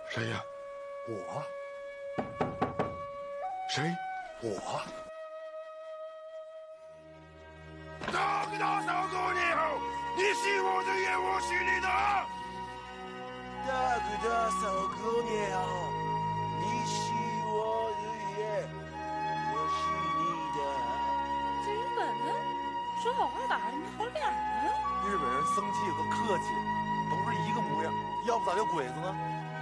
谁呀？ 我。 谁？ 我。 大哥大嫂过年好，你是我的爷，我是你的。 大哥大嫂过年好，你是我的爷，我是你的。 这日本人说好话咋还没好脸呢？ 日本人生气和客气都是一个模样，要不咋叫鬼子呢？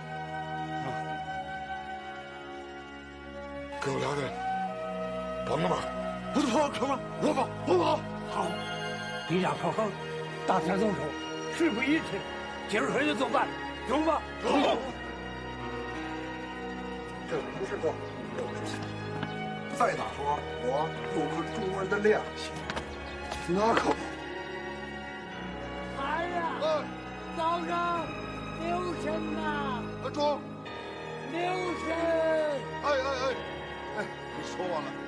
跟我俩人帮个忙， 不是跑坑吗？ 我跑，我跑。 好，你俩好好大展动手，事不宜迟，今儿回去走办，走吧。 走。 这不是个有事情。再咋说，我有颗中国人的良心，那可不。 孩呀，早上留神呐！ 中。 留神！ 哎，你说完了。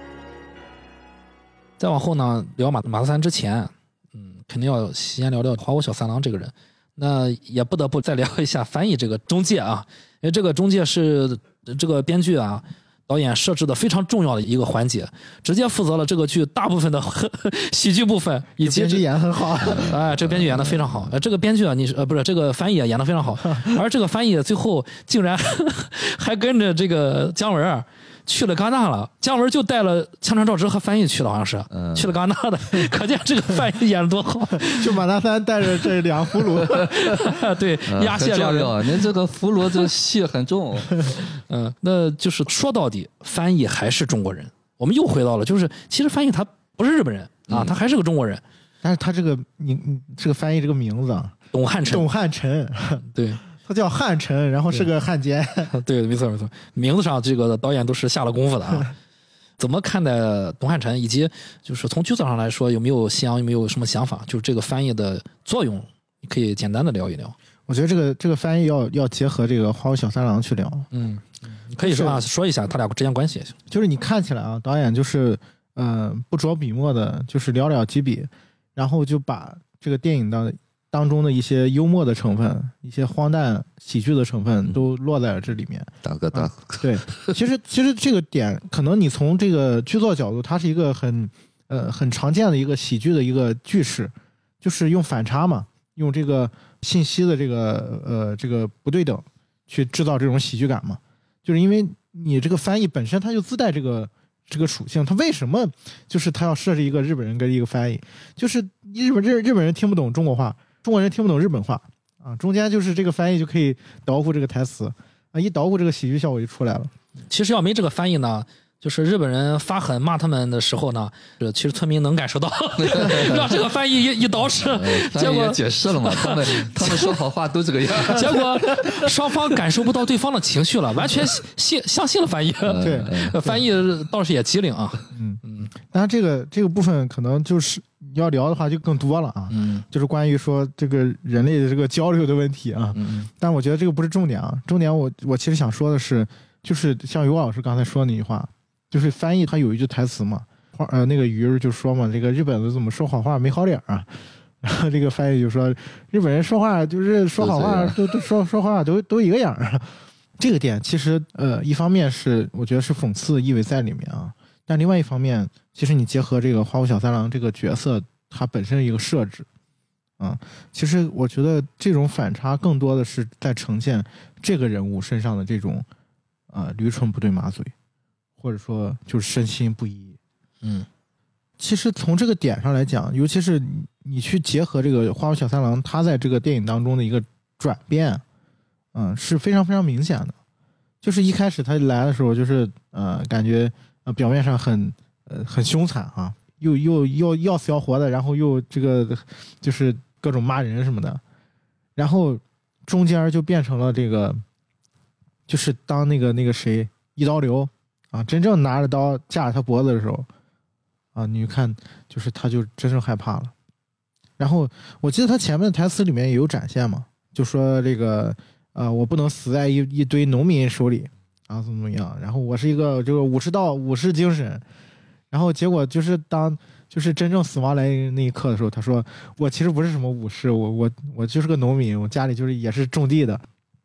再往后呢，聊马大三之前，肯定要先聊聊花屋小三郎这个人。那也不得不再聊一下翻译这个中介啊，因为这个中介是这个编剧啊、导演设置的非常重要的一个环节，直接负责了这个剧大部分的喜剧部分，以及编剧演得很好。 哎，这个编剧演得非常好。这个编剧啊，不是这个翻译演得非常好，而这个翻译最后竟然还跟着这个姜文去了戛纳了，姜文就带了香川照之和翻译去了，好像是、去了戛纳的，可见这个翻译演得多好。 就马大三带着这两俘虏， 对，押解两人。 您这个俘虏这戏很重。 那就是说到底，翻译还是中国人。我们又回到了，就是其实翻译他不是日本人啊，他还是个中国人。 但是他这个这个翻译这个名字， 董汉臣，对。 他叫汉臣，然后是个汉奸。 对，没错。名字上这个导演都是下了功夫的啊。怎么看待董汉臣，以及就是从剧作上来说，有没有有没有什么想法？就是这个翻译的作用，可以简单的聊一聊。 我觉得这个翻译要结合这个花屋小三郎去聊。 可以说一下他俩之间关系。 就是你看起来啊，导演就是不着笔墨的，就是寥寥几笔，然后就把这个电影当中的一些幽默的成分、一些荒诞喜剧的成分都落在了这里面。 大哥， 对，其实这个点，可能你从这个剧作角度，它是一个很常见的一个喜剧的一个句式，就是用反差嘛，用这个信息的这个不对等去制造这种喜剧感嘛。就是因为你这个翻译本身它就自带这个属性，它为什么就是它要设置一个日本人跟一个翻译，就是日本人听不懂中国话。中国人听不懂日本话啊，中间就是这个翻译就可以捣鼓这个台词啊，一捣鼓这个喜剧效果就出来了。 其实要没这个翻译呢，就是日本人发狠骂他们的时候呢，其实村民能感受到，让这个翻译一捯饬，结果也解释了嘛，他们说好话都这个样， 结果双方感受不到对方的情绪了，完全相信了翻译。 对， 翻译倒是也机灵啊。 当然这个部分可能就是要聊的话就更多了啊，就是关于说这个人类的这个交流的问题啊。但我觉得这个不是重点啊，重点我其实想说的是，就是像尤老师刚才说的那句话。就是翻译他有一句台词嘛，那个鱼儿就说嘛，这个日本人怎么说好话没好脸啊？然后这个翻译就说，日本人说话就是说好话都说话都一个样啊。这个点其实一方面是我觉得是讽刺的意味在里面啊，但另外一方面，其实你结合这个花屋小三郎这个角色，它本身一个设置啊，其实我觉得这种反差更多的是在呈现这个人物身上的这种驴唇不对马嘴。或者说就是身心不一。其实从这个点上来讲，尤其是你去结合这个花屋小三郎他在这个电影当中的一个转变，是非常非常明显的。就是一开始他来的时候，就是感觉表面上很凶残啊，又要死要活的，然后又这个就是各种骂人什么的，然后中间就变成了这个，就是当那个谁一刀流。真正拿着刀架着他脖子的时候，你看，就是他就真正害怕了。然后我记得他前面的台词里面也有展现嘛，就说这个我不能死在一堆农民手里啊，怎么样？然后我是一个这个武士精神。然后结果就是当就是真正死亡来那一刻的时候，他说我其实不是什么武士，我就是个农民，我家里就是也是种地的。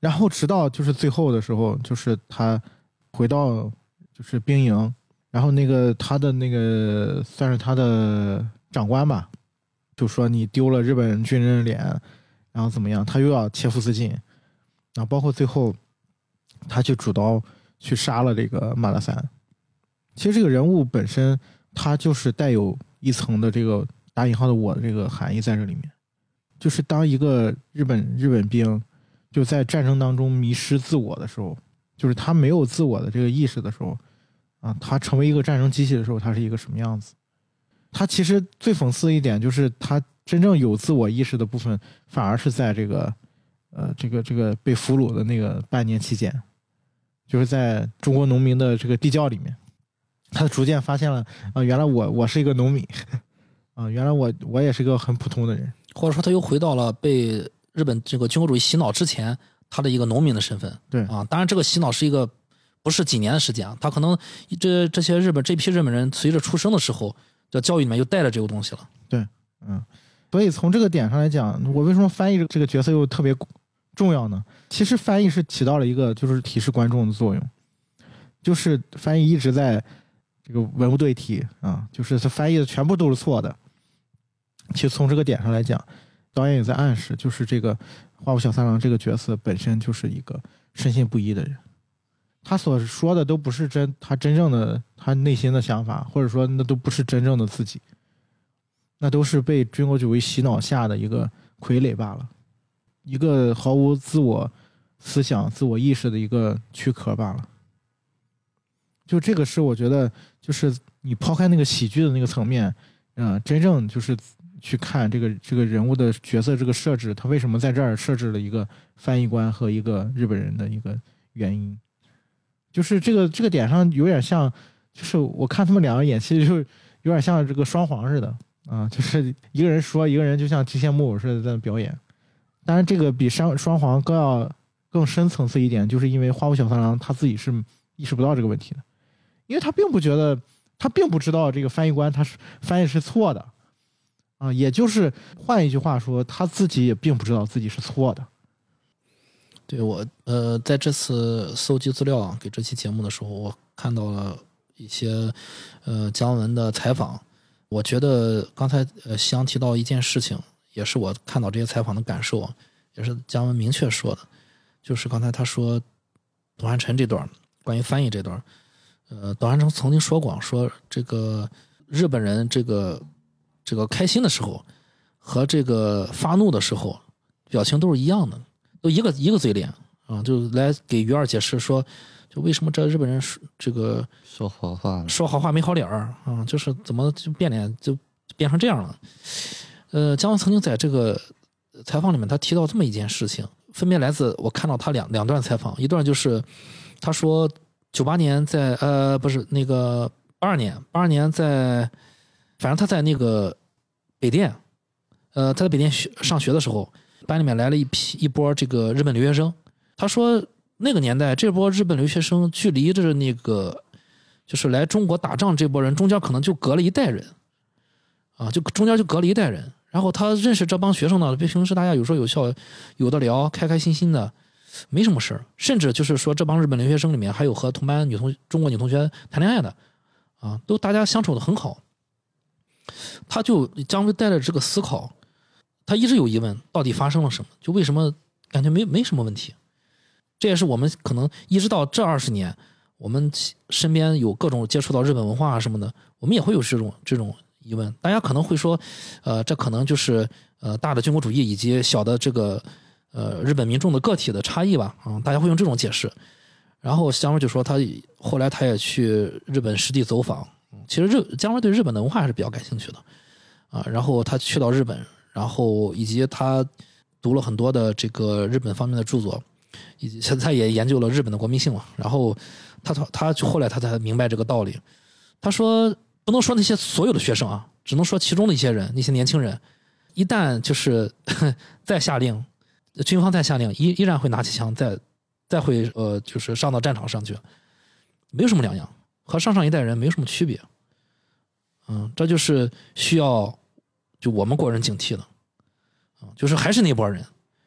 然后直到就是最后的时候，就是他回到就是兵营，然后那个他的那个算是他的长官吧，就说你丢了日本军人的脸，然后怎么样，他又要切腹自尽，然后包括最后他去主刀去杀了这个马拉三。其实这个人物本身他就是带有一层的这个打引号的我的这个含义在这里面，就是当一个日本兵就在战争当中迷失自我的时候，就是他没有自我的这个意识的时候啊，他成为一个战争机器的时候，他是一个什么样子。他其实最讽刺的一点就是他真正有自我意识的部分反而是在这个被俘虏的那个半年期间，就是在中国农民的这个地窖里面，他逐渐发现了啊，原来我是一个农民啊，原来我也是个很普通的人， 或者说他又回到了被日本这个军国主义洗脑之前他的一个农民的身份。 对啊，当然这个洗脑是一个不是几年的时间啊，他可能这批日本人随着出生的时候，这教育里面就带着这个东西了。 对，所以从这个点上来讲，我为什么翻译这个角色又特别重要呢？其实翻译是起到了一个就是提示观众的作用，就是翻译一直在这个文不对题啊，就是他翻译的全部都是错的。其实从这个点上来讲，导演也在暗示，就是这个花屋小三郎这个角色本身就是一个深信不疑的人，他所说的都不是他真正的他内心的想法，或者说那都不是真正的自己，那都是被军国主义洗脑下的一个傀儡罢了，一个毫无自我思想自我意识的一个躯壳罢了。就这个是我觉得就是你抛开那个喜剧的那个层面真正就是去看这个人物的角色这个设置，他为什么在这儿设置了一个翻译官和一个日本人的一个原因，就是这个点上有点像，就是我看他们两个演戏就有点像这个双簧似的啊，就是一个人说，一个人就像提线木偶似的在表演。当然这个比双簧更深层次一点，就是因为花屋小三郎他自己是意识不到这个问题的，因为他并不知道这个翻译官他是翻译是错的啊，也就是换一句话说，他自己也并不知道自己是错的。 对，我在这次搜集资料给这期节目的时候，我看到了一些姜文的采访。我觉得刚才夕阳提到一件事情，也是我看到这些采访的感受，也是姜文明确说的，就是刚才他说董汉臣这段关于翻译这段，董汉臣曾经说过，说这个日本人这个开心的时候和这个发怒的时候表情都是一样的，都一个嘴脸啊，就来给于二解释说，就为什么这日本人这个说好话没好脸儿啊，就是怎么就变脸就变成这样了。姜文曾经在这个采访里面他提到这么一件事情，分别来自我看到他两段采访，一段就是他说98年在不是那个82年在，反正他在那个北电，他在北电上学的时候，班里面来了一波这个日本留学生。他说那个年代这波日本留学生距离着那个就是来中国打仗这波人中间可能就隔了一代人啊，就中间就隔了一代人。然后他认识这帮学生呢，平时大家有说有笑有的聊，开开心心的，没什么事儿。甚至就是说这帮日本留学生里面还有和同班中国女同学谈恋爱的啊，都大家相处的很好。他就姜文带着这个思考，他一直有疑问，到底发生了什么？就为什么感觉没什么问题？这也是我们可能一直到这20年，我们身边有各种接触到日本文化啊什么的，我们也会有这种疑问。大家可能会说，这可能就是大的军国主义以及小的这个日本民众的个体的差异吧，啊，大家会用这种解释。然后姜文就说后来他也去日本实地走访，其实姜文对日本的文化还是比较感兴趣的啊。然后他去到日本，然后以及他读了很多的这个日本方面的著作，以及他也研究了日本的国民性嘛。然后他后来他才明白这个道理。他说不能说那些所有的学生啊，只能说其中的一些人，那些年轻人，一旦就是再下令，军方再下令，依然会拿起枪再会就是上到战场上去，没有什么两样，和上一代人没有什么区别。这就是需要就我们国人警惕的，就是还是那波人，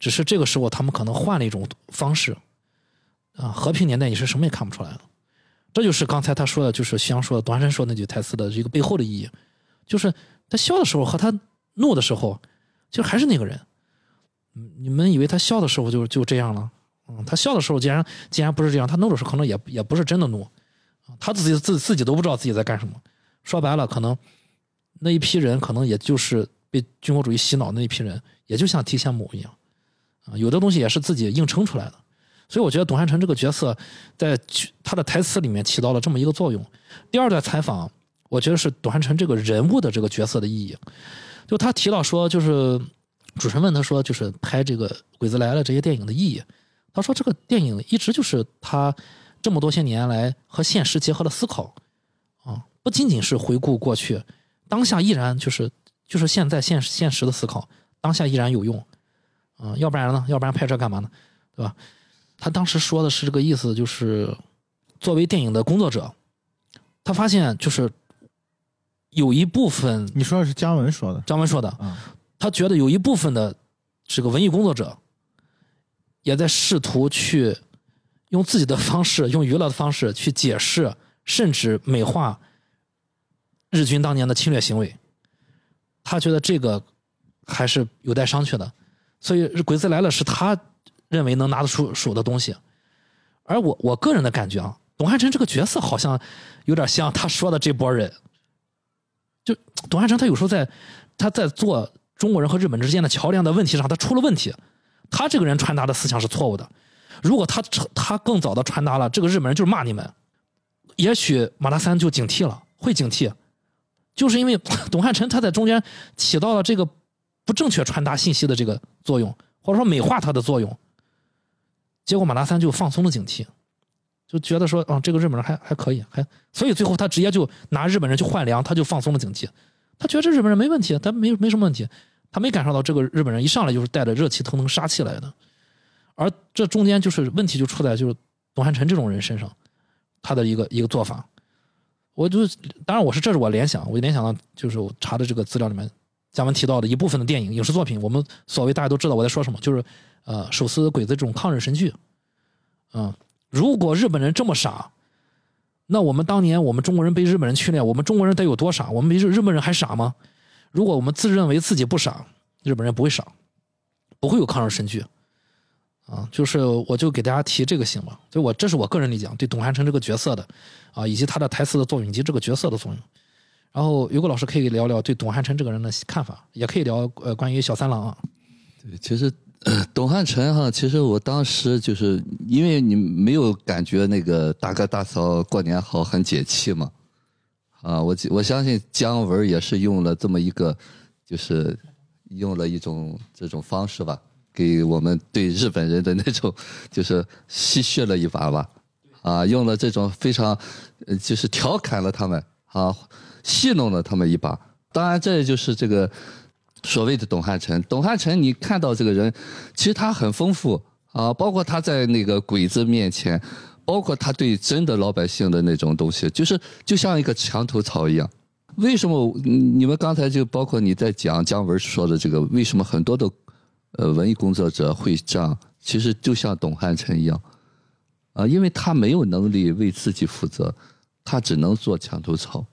只是这个时候他们可能换了一种方式啊。和平年代你是什么也看不出来的。这就是刚才他说的，就是徐阳说的，董汉成说的那句台词的这个背后的意义，就是他笑的时候和他怒的时候，就还是那个人。你们以为他笑的时候就这样了？他笑的时候既然不是这样，他怒的时候可能也不是真的怒，他自己都不知道自己在干什么。说白了，可能那一批人可能也就是被军国主义洗脑的那一批人，也就像提线木偶一样啊，有的东西也是自己硬撑出来的。所以我觉得董汉成这个角色在他的台词里面起到了这么一个作用。第二段采访，我觉得是董汉成这个人物的这个角色的意义。就他提到说，就是主持人问他说，就是拍这个《鬼子来了》这些电影的意义。他说这个电影一直就是他这么多些年来和现实结合的思考啊，不仅仅是回顾过去，当下依然就是现在现实的思考，当下依然有用啊，要不然呢？要不然拍这干嘛呢？对吧？他当时说的是这个意思，就是作为电影的工作者，他发现就是有一部分， 你说的是姜文说的， 他觉得有一部分的这个文艺工作者也在试图去用自己的方式，用娱乐的方式去解释甚至美化日军当年的侵略行为。他觉得这个还是有待商榷的，所以《鬼子来了》是他认为能拿得出手的东西。而我个人的感觉啊，董汉成这个角色好像有点像他说的这波人。就董汉成他有时候他在做中国人和日本之间的桥梁的问题上，他出了问题。他这个人传达的思想是错误的。如果他更早的传达了这个日本人就是骂你们，也许马大三就警惕了，会警惕。就是因为董汉成他在中间起到了这个不正确传达信息的这个作用，或者说美化他的作用，结果马大三就放松了警惕，就觉得说这个日本人还可以，所以最后他直接就拿日本人去换粮，他就放松了警惕。他觉得这日本人没问题，他没什么问题，他没感受到这个日本人一上来就是带着热气腾腾杀气来的。而这中间就是问题就出在就是董汉成这种人身上，他的一个做法。当然这是我联想，我联想到就是我查的这个资料里面，姜文提到的一部分的电影影视作品，我们所谓大家都知道我在说什么，就是手撕鬼子这种抗日神剧。如果日本人这么傻，那我们当年我们中国人被日本人训练，我们中国人得有多傻？我们比日本人还傻吗？如果我们自认为自己不傻，日本人不会傻，不会有抗日神剧就是我就给大家提这个行吧。所以这是我个人理解对董汉成这个角色的以及他的台词的作用以及这个角色的作用。然后于果老师可以聊聊对董汉成这个人的看法，也可以聊关于小三郎啊。 对，其实董汉成其实我当时就是因为你没有感觉那个大哥大嫂过年好很解气嘛我相信姜文也是用了这么一个，就是用了一种这种方式吧，给我们对日本人的那种就是戏谑了一把吧用了这种非常就是调侃了他们戏弄了他们一把。当然这就是这个所谓的董汉成你看到这个人其实他很丰富包括他在那个鬼子面前，包括他对真的老百姓的那种东西，就像一个墙头草一样。为什么你们刚才就包括你在讲姜文说的这个，为什么很多的文艺工作者会这样，其实就像董汉成一样因为他没有能力为自己负责，他只能做墙头草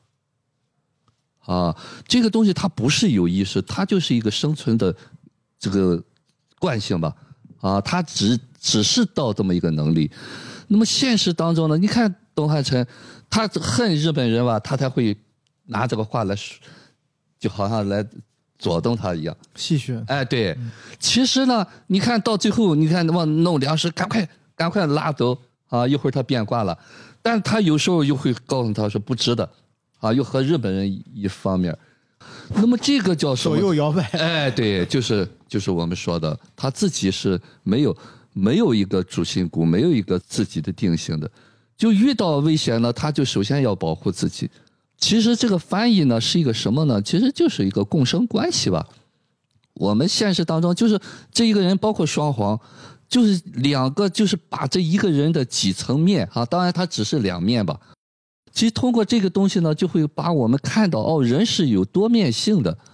这个东西它不是有意识，它就是一个生存的这个惯性吧他只是到这么一个能力。那么现实当中呢，你看董汉成他恨日本人吧，他才会拿这个话来，就好像来左动他一样戏谑。 对其实呢你看到最后，你看往弄粮食赶快拉走一会儿他变卦了，但他有时候又会告诉他说不值得又和日本人一方面。那么这个叫什么？ 左右摇摆。 对，就是我们说的，他自己是没有一个主心骨，没有一个自己的定性的，就遇到危险呢，他就首先要保护自己。其实这个翻译呢是一个什么呢？其实就是一个共生关系吧。我们现实当中就是这一个人，包括双簧，就是两个，就是把这一个人的几层面当然他只是两面吧。其实通过这个东西呢，就会把我们看到人是有多面性的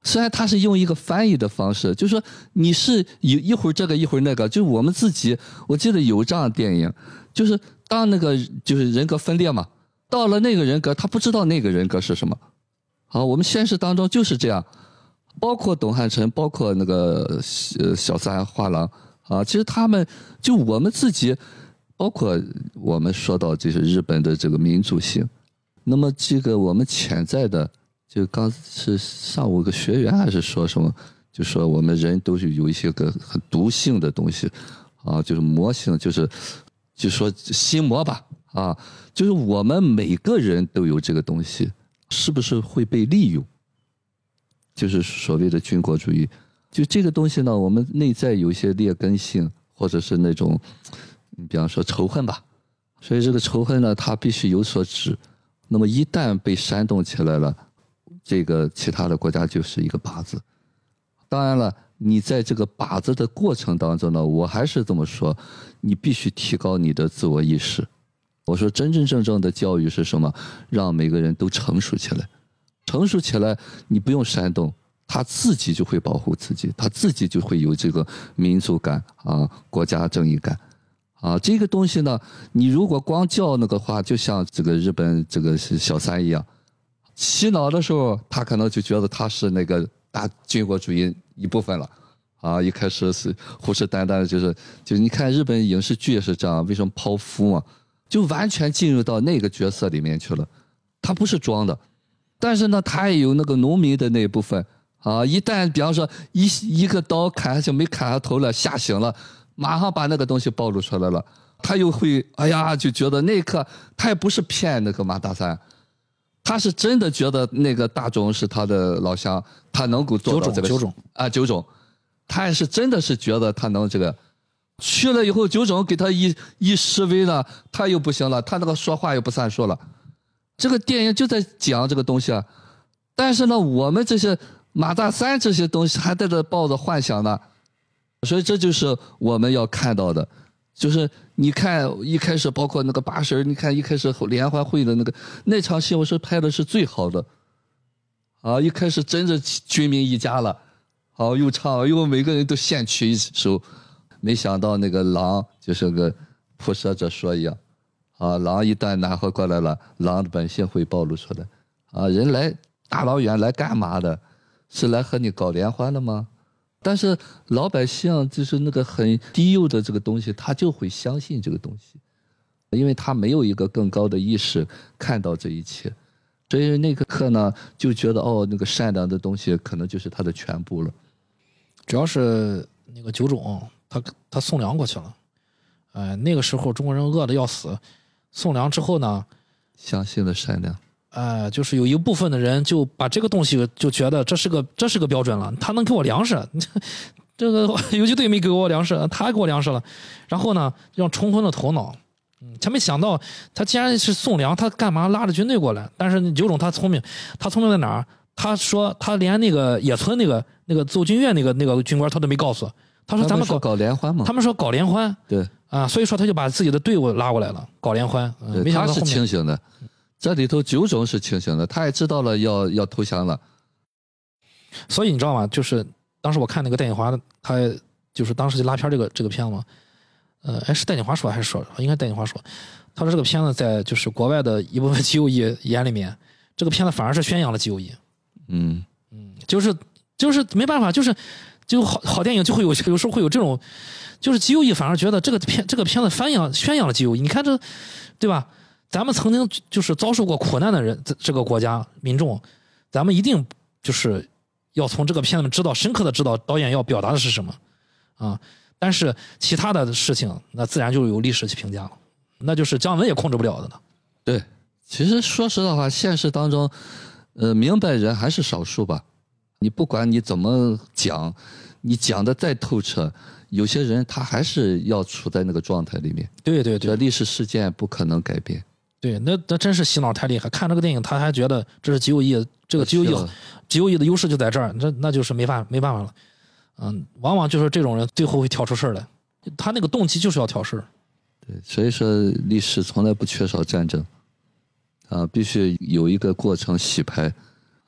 虽然他是用一个翻译的方式，就是说你是一会儿这个一会儿那个，就我们自己，我记得有这样的电影，就是当那个就是人格分裂嘛，到了那个人格，他不知道那个人格是什么。好，我们现实当中就是这样，包括董汉成，包括那个小三画廊啊，其实他们就我们自己，包括我们说到就是日本的这个民族性，那么这个我们潜在的。就刚是上午个学员还是说什么，就说我们人都是有一些个很毒性的东西，啊，就是魔性，就说心魔吧，啊，就是我们每个人都有这个东西，是不是会被利用？就是所谓的军国主义，就这个东西呢，我们内在有一些劣根性，或者是那种，你比方说仇恨吧，所以这个仇恨呢，它必须有所止，那么一旦被煽动起来了。这个其他的国家就是一个靶子，当然了，你在这个靶子的过程当中呢，我还是这么说，你必须提高你的自我意识。我说真真正正的教育是什么？让每个人都成熟起来，成熟起来，你不用煽动，他自己就会保护自己，他自己就会有这个民族感啊，国家正义感啊。这个东西呢，你如果光教那个话，就像这个日本这个小三一样。洗脑的时候，他可能就觉得他是那个大军国主义一部分了，啊，一开始是虎视眈眈的，就是你看日本影视剧也是这样，为什么抛夫嘛，就完全进入到那个角色里面去了，他不是装的，但是呢，他也有那个农民的那一部分啊，一旦比方说一个刀砍下去没砍下头了，吓醒了，马上把那个东西暴露出来了，他又会哎呀就觉得那一刻他也不是骗那个马大三。他是真的觉得那个大冢是他的老乡，他能够做到这个九种，他也是真的是觉得他能这个，去了以后九种给他一示威呢，他又不行了，他那个说话又不算数了。这个电影就在讲这个东西啊，但是呢，我们这些马大三这些东西还在这抱着幻想呢，所以这就是我们要看到的。就是你看一开始包括那个八婶，你看一开始联欢会的那场戏，我是拍的是最好的，啊，一开始真的军民一家了，好又唱又每个人都献曲一首，没想到那个狼就是个铺设者说一样，啊，狼一旦拿回过来了，狼的本性会暴露出来，啊，人来大老远来干嘛的？是来和你搞联欢的吗？但是老百姓就是那个很低幼的这个东西，他就会相信这个东西，因为他没有一个更高的意识看到这一切，所以那个刻呢就觉得哦，那个善良的东西可能就是他的全部了。 主要是那个九种，他送粮过去了，那个时候中国人饿得要死，送粮之后呢， 相信了善良。 就是有一部分的人就把这个东西就觉得这是个标准了，他能给我粮食，这个游击队没给我粮食，他给我粮食了，然后呢让冲昏了头脑，他没想到他既然是送粮，他干嘛拉着军队过来？但是九种他聪明在哪儿？他说他连那个野村那个奏军乐那个军官他都没告诉，他说咱们搞联欢嘛， 他们说搞联欢， 对啊，所以说他就把自己的队伍拉过来了，搞联欢，没想到他是清醒的。这里头九种是清醒的，他也知道了要投降了， 所以你知道吗？就是当时我看那个戴锦华，他就是当时就拉片这个片子嘛，是戴锦华说还是说应该戴锦华说，他说这个片子在就是国外的一部分极右翼眼里面，这个片子反而是宣扬了极右翼，就是没办法，就好电影就会有时候会有这种，就是极右翼反而觉得这个片子宣扬了极右翼，你看这对吧？咱们曾经就是遭受过苦难的人，这个国家民众，咱们一定就是要从这个片子深刻的知道导演要表达的是什么啊。但是其他的事情，那自然就有历史去评价了，那就是姜文也控制不了的呢。 对，其实说实在话，现实当中，明白人还是少数吧。你不管你怎么讲，你讲的再透彻，有些人他还是要处在那个状态里面。 对， 这历史事件不可能改变。 对，那真是洗脑太厉害。看这个电影，他还觉得这是极右翼，这个极右翼的优势就在这儿，那就是没办法了。往往就是这种人最后会挑出事来，他那个动机就是要挑事。 对，所以说历史从来不缺少战争，啊，必须有一个过程洗牌，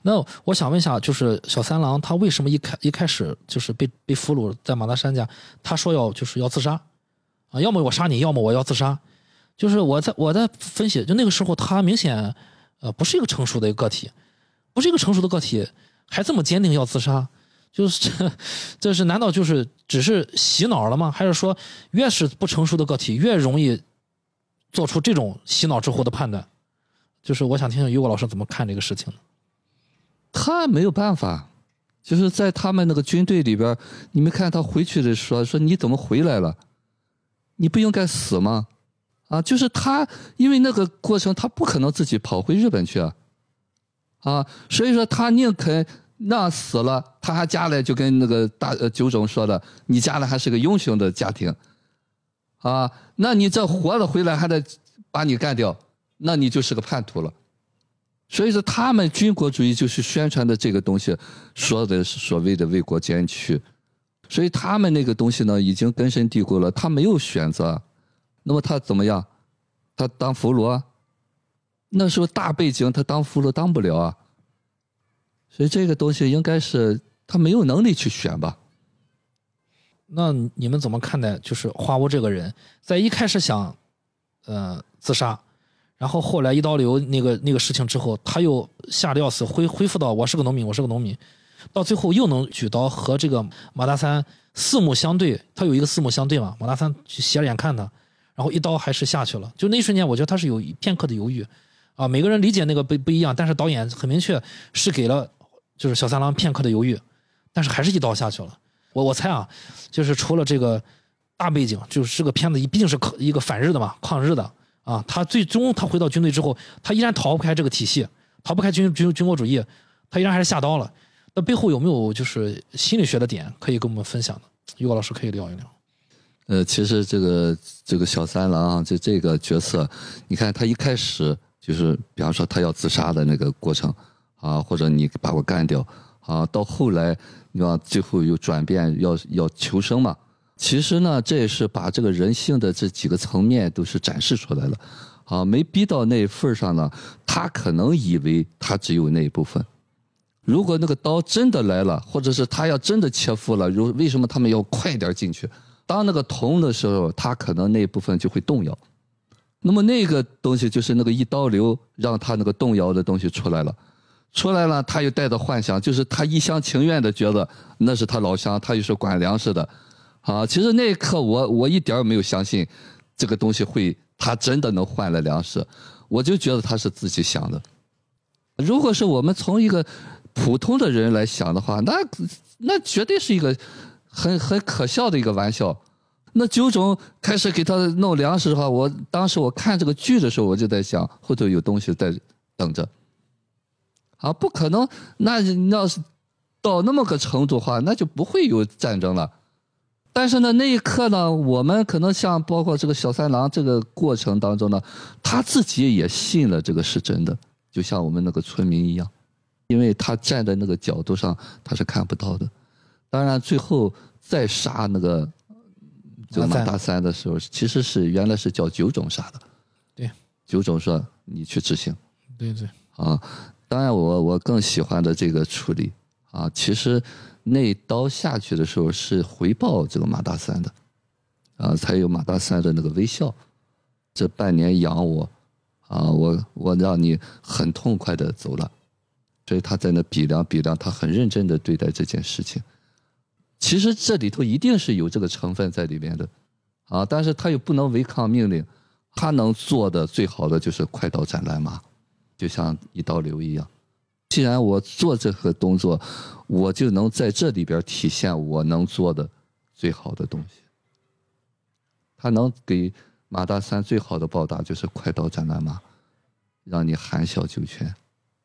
那我想问一下，就是小三郎他为什么一开始就是被俘虏在马达山家，他说要自杀啊，要么我杀你，要么我要自杀。就是我在分析，就那个时候他明显不是一个成熟的一个个体，不是一个成熟的个体，还这么坚定要自杀，就是这是难道就是只是洗脑了吗？还是说越是不成熟的个体越容易做出这种洗脑之后的判断？就是我想听听于果老师怎么看这个事情呢？ 他没有办法，就是在他们那个军队里边，你没看他回去的说你怎么回来了？你不应该死吗？啊，就是他，因为那个过程他不可能自己跑回日本去啊，所以说他宁肯那死了，他还家里就跟那个九种说的，你家里还是个英雄的家庭，啊，那你这活了回来还得把你干掉，那你就是个叛徒了。所以说他们军国主义就是宣传的这个东西，说的是所谓的为国捐躯，所以他们那个东西呢已经根深蒂固了，他没有选择。那么他怎么样？他当俘虏啊？那时候大背景，他当俘虏当不了啊。所以这个东西应该是他没有能力去选吧。 那你们怎么看待就是花无这个人，在一开始想自杀，然后后来一刀流那个事情之后，他又吓得要死，恢复到我是个农民，到最后又能举刀和这个马大三四目相对，他有一个四目相对嘛，马大三斜着眼看他，然后一刀还是下去了。就那一瞬间，我觉得他是有片刻的犹豫啊。每个人理解那个不一样，但是导演很明确是给了就是小三郎片刻的犹豫，但是还是一刀下去了。我猜啊，就是除了这个大背景，就是这个片子毕竟是一个反日的嘛，抗日的啊。他最终他回到军队之后，他依然逃不开这个体系，逃不开军国主义，他依然还是下刀了。那背后有没有就是心理学的点可以跟我们分享的？于果老师可以聊一聊。 其实这个小三郎这个角色，你看他一开始就是比方说他要自杀的那个过程啊，或者你把我干掉啊，到后来你往最后又转变要求生嘛。其实呢，这也是把这个人性的这几个层面都是展示出来了啊，没逼到那份上呢，他可能以为他只有那一部分。如果那个刀真的来了，或者是他要真的切腹了，为什么他们要快点进去？当那个捅的时候，他可能那一部分就会动摇。那么那个东西就是那个一刀流，让他那个动摇的东西出来了，他又带着幻想，就是他一厢情愿的觉得那是他老乡，他又是管粮食的啊。其实那一刻我一点没有相信这个东西他真的能换来粮食，我就觉得他是自己想的。如果是我们从一个普通的人来想的话，那绝对是一个很可笑的一个玩笑。那九种开始给他弄粮食的话，当时我看这个剧的时候，我就在想后头有东西在等着啊，不可能。那要是到那么个程度的话，那就不会有战争了。但是呢，那一刻呢，我们可能像包括这个小三郎这个过程当中呢，他自己也信了这个是真的，就像我们那个村民一样。因为他站在那个角度上，他是看不到的。当然，最后再杀这个马大三的时候，其实原来是叫九种杀的。 对， 九种说你去执行。 对啊，当然我更喜欢的这个处理啊，其实那刀下去的时候是回报这个马大三的啊，才有马大三的那个微笑。这半年养我啊，我让你很痛快的走了。所以他在那比量，他很认真的对待这件事情。其实这里头一定是有这个成分在里面的，啊，但是他又不能违抗命令，他能做的最好的就是快刀斩乱麻，就像一刀流一样。既然我做这个动作，我就能在这里边体现我能做的最好的东西。他能给马大三最好的报答就是快刀斩乱麻，让你含笑九泉。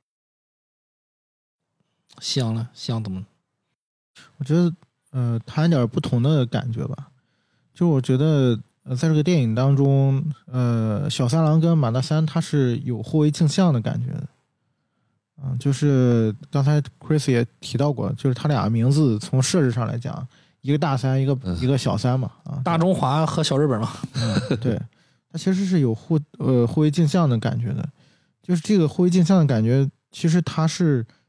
夕阳怎么？ 我觉得谈点不同的感觉吧。就我觉得在这个电影当中，小三郎跟马大三他是有互为镜像的感觉的。就是刚才 Chris 也提到过，就是他俩名字从设置上来讲，一个大三，一个小三嘛，啊， 大中华和小日本嘛， 对，他其实是有互为镜像的感觉的。就是这个互为镜像的感觉，其实它是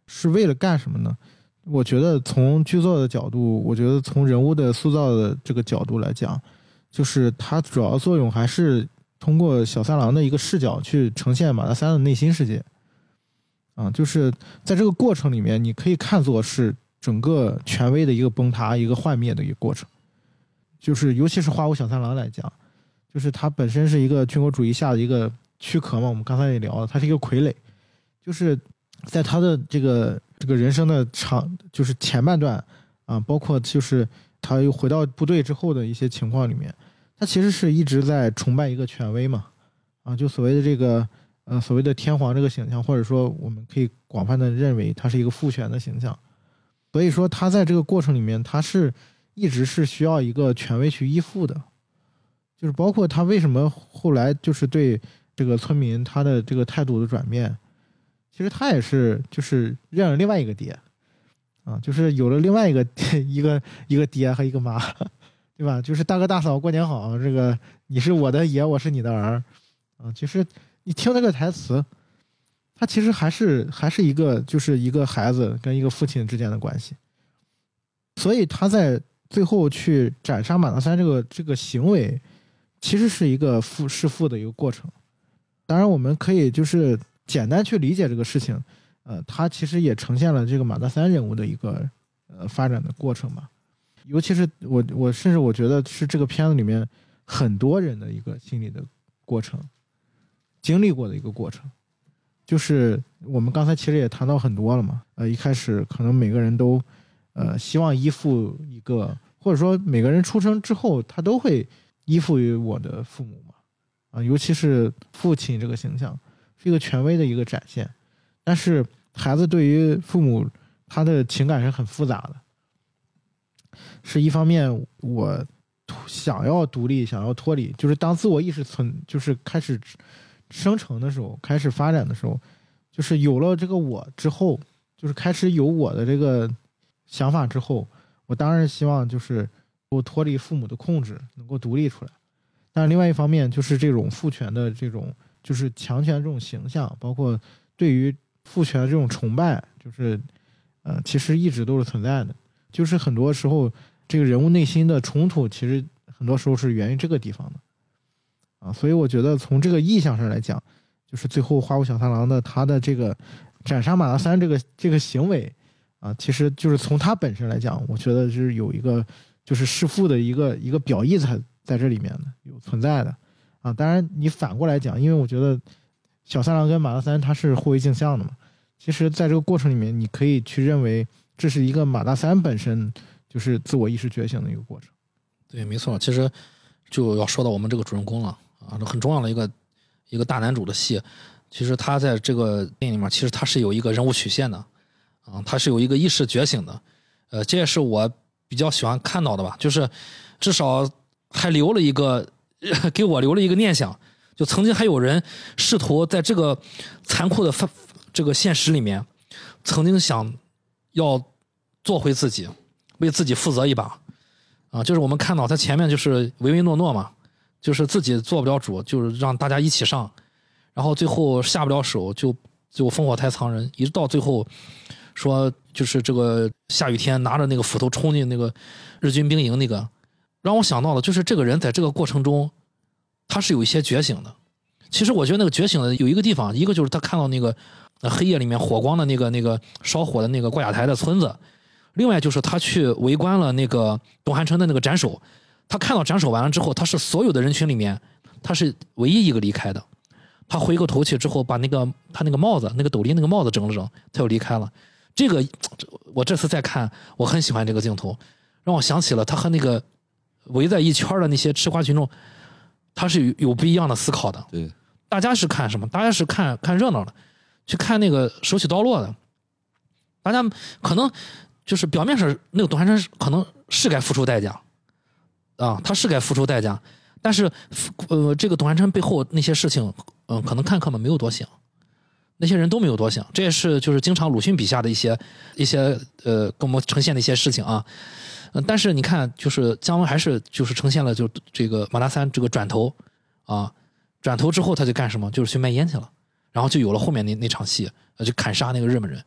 是为了干什么呢？我觉得从剧作的角度，我觉得从人物的塑造的这个角度来讲，就是它主要作用还是通过小三郎的一个视角去呈现马大三的内心世界。就是在这个过程里面，你可以看作是整个权威的一个崩塌、一个幻灭的一个过程。就是尤其是花屋小三郎来讲，就是他本身是一个军国主义下的一个躯壳嘛，我们刚才也聊了，他是一个傀儡，就是在他的这个人生的就是前半段啊，包括就是他又回到部队之后的一些情况里面，他其实是一直在崇拜一个权威嘛，就所谓的这个所谓的天皇这个形象，或者说我们可以广泛的认为他是一个父权的形象。所以说他在这个过程里面，他是一直是需要一个权威去依附的，就是包括他为什么后来就是对这个村民他的这个态度的转变，其实他也是就是认了另外一个爹就是有了另外一个爹和一个妈，对吧？就是大哥大嫂过年好，这个你是我的爷，我是你的儿其实你听这个台词，他其实还是一个就是一个孩子跟一个父亲之间的关系。所以他在最后去斩杀马大三这个行为，其实是一个弑父的一个过程。当然我们可以就是简单去理解这个事情，它其实也呈现了这个马大三人物的一个发展的过程吧。尤其是我甚至我觉得是这个片子里面很多人的一个心理的过程，经历过的一个过程。就是我们刚才其实也谈到很多了嘛，一开始可能每个人都希望依附一个，或者说每个人出生之后他都会依附于我的父母嘛，尤其是父亲这个形象是一个权威的一个展现。但是孩子对于父母他的情感是很复杂的，是一方面我想要独立，想要脱离，就是当自我意识就是开始生成的时候，开始发展的时候，就是有了这个我之后，就是开始有我的这个想法之后，我当然希望就是我脱离父母的控制，能够独立出来。但另外一方面就是这种父权的这种就是强权这种形象，包括对于父权的这种崇拜，就是其实一直都是存在的。就是很多时候这个人物内心的冲突，其实很多时候是源于这个地方的所以我觉得从这个意象上来讲，就是最后花屋小三郎的他的这个斩杀马大三这个行为其实就是从他本身来讲，我觉得是有一个就是弑父的一个表意在这里面的，有存在的当然你反过来讲，因为我觉得小三郎跟马大三他是互为镜像的嘛，其实在这个过程里面，你可以去认为这是一个马大三本身就是自我意识觉醒的一个过程。 对，没错，其实就要说到我们这个主人公了很重要的一个大男主的戏。其实他在这个电影里面，其实他是有一个人物曲线的他是有一个意识觉醒的这也是我比较喜欢看到的吧，就是至少还留了一个给我留了一个念想，就曾经还有人试图在这个残酷的这个现实里面，曾经想要做回自己，为自己负责一把就是我们看到他前面就是唯唯诺诺嘛，就是自己做不了主，就是让大家一起上，然后最后下不了手就烽火台藏人，一直到最后说就是这个下雨天拿着那个斧头冲进那个日军兵营，那个让我想到了就是这个人在这个过程中他是有一些觉醒的。其实我觉得那个觉醒的有一个地方，一个就是他看到那个黑夜里面火光的那个烧火的那个挂甲台的村子，另外就是他去围观了那个董汉琛的那个斩首，他看到斩首完了之后，他是所有的人群里面他是唯一一个离开的。他回过头去之后把他那个帽子那个斗笠那个帽子整了整，他就离开了。这个我这次再看我很喜欢这个镜头，让我想起了他和那个围在一圈的那些吃瓜群众，他是有不一样的思考的。 对， 大家是看什么？大家是看热闹的，去看那个手起刀落的。大家可能就是表面上那个董汉琛可能是该付出代价他是该付出代价，但是这个董汉琛背后那些事情可能看客们没有多想，那些人都没有多想。这也是就是经常鲁迅笔下的一些跟我们呈现的一些事情但是你看就是姜文还是就是呈现了就这个马大三这个转头转头之后他就干什么，就是去卖烟去了，然后就有了后面那场戏就砍杀那个日本人。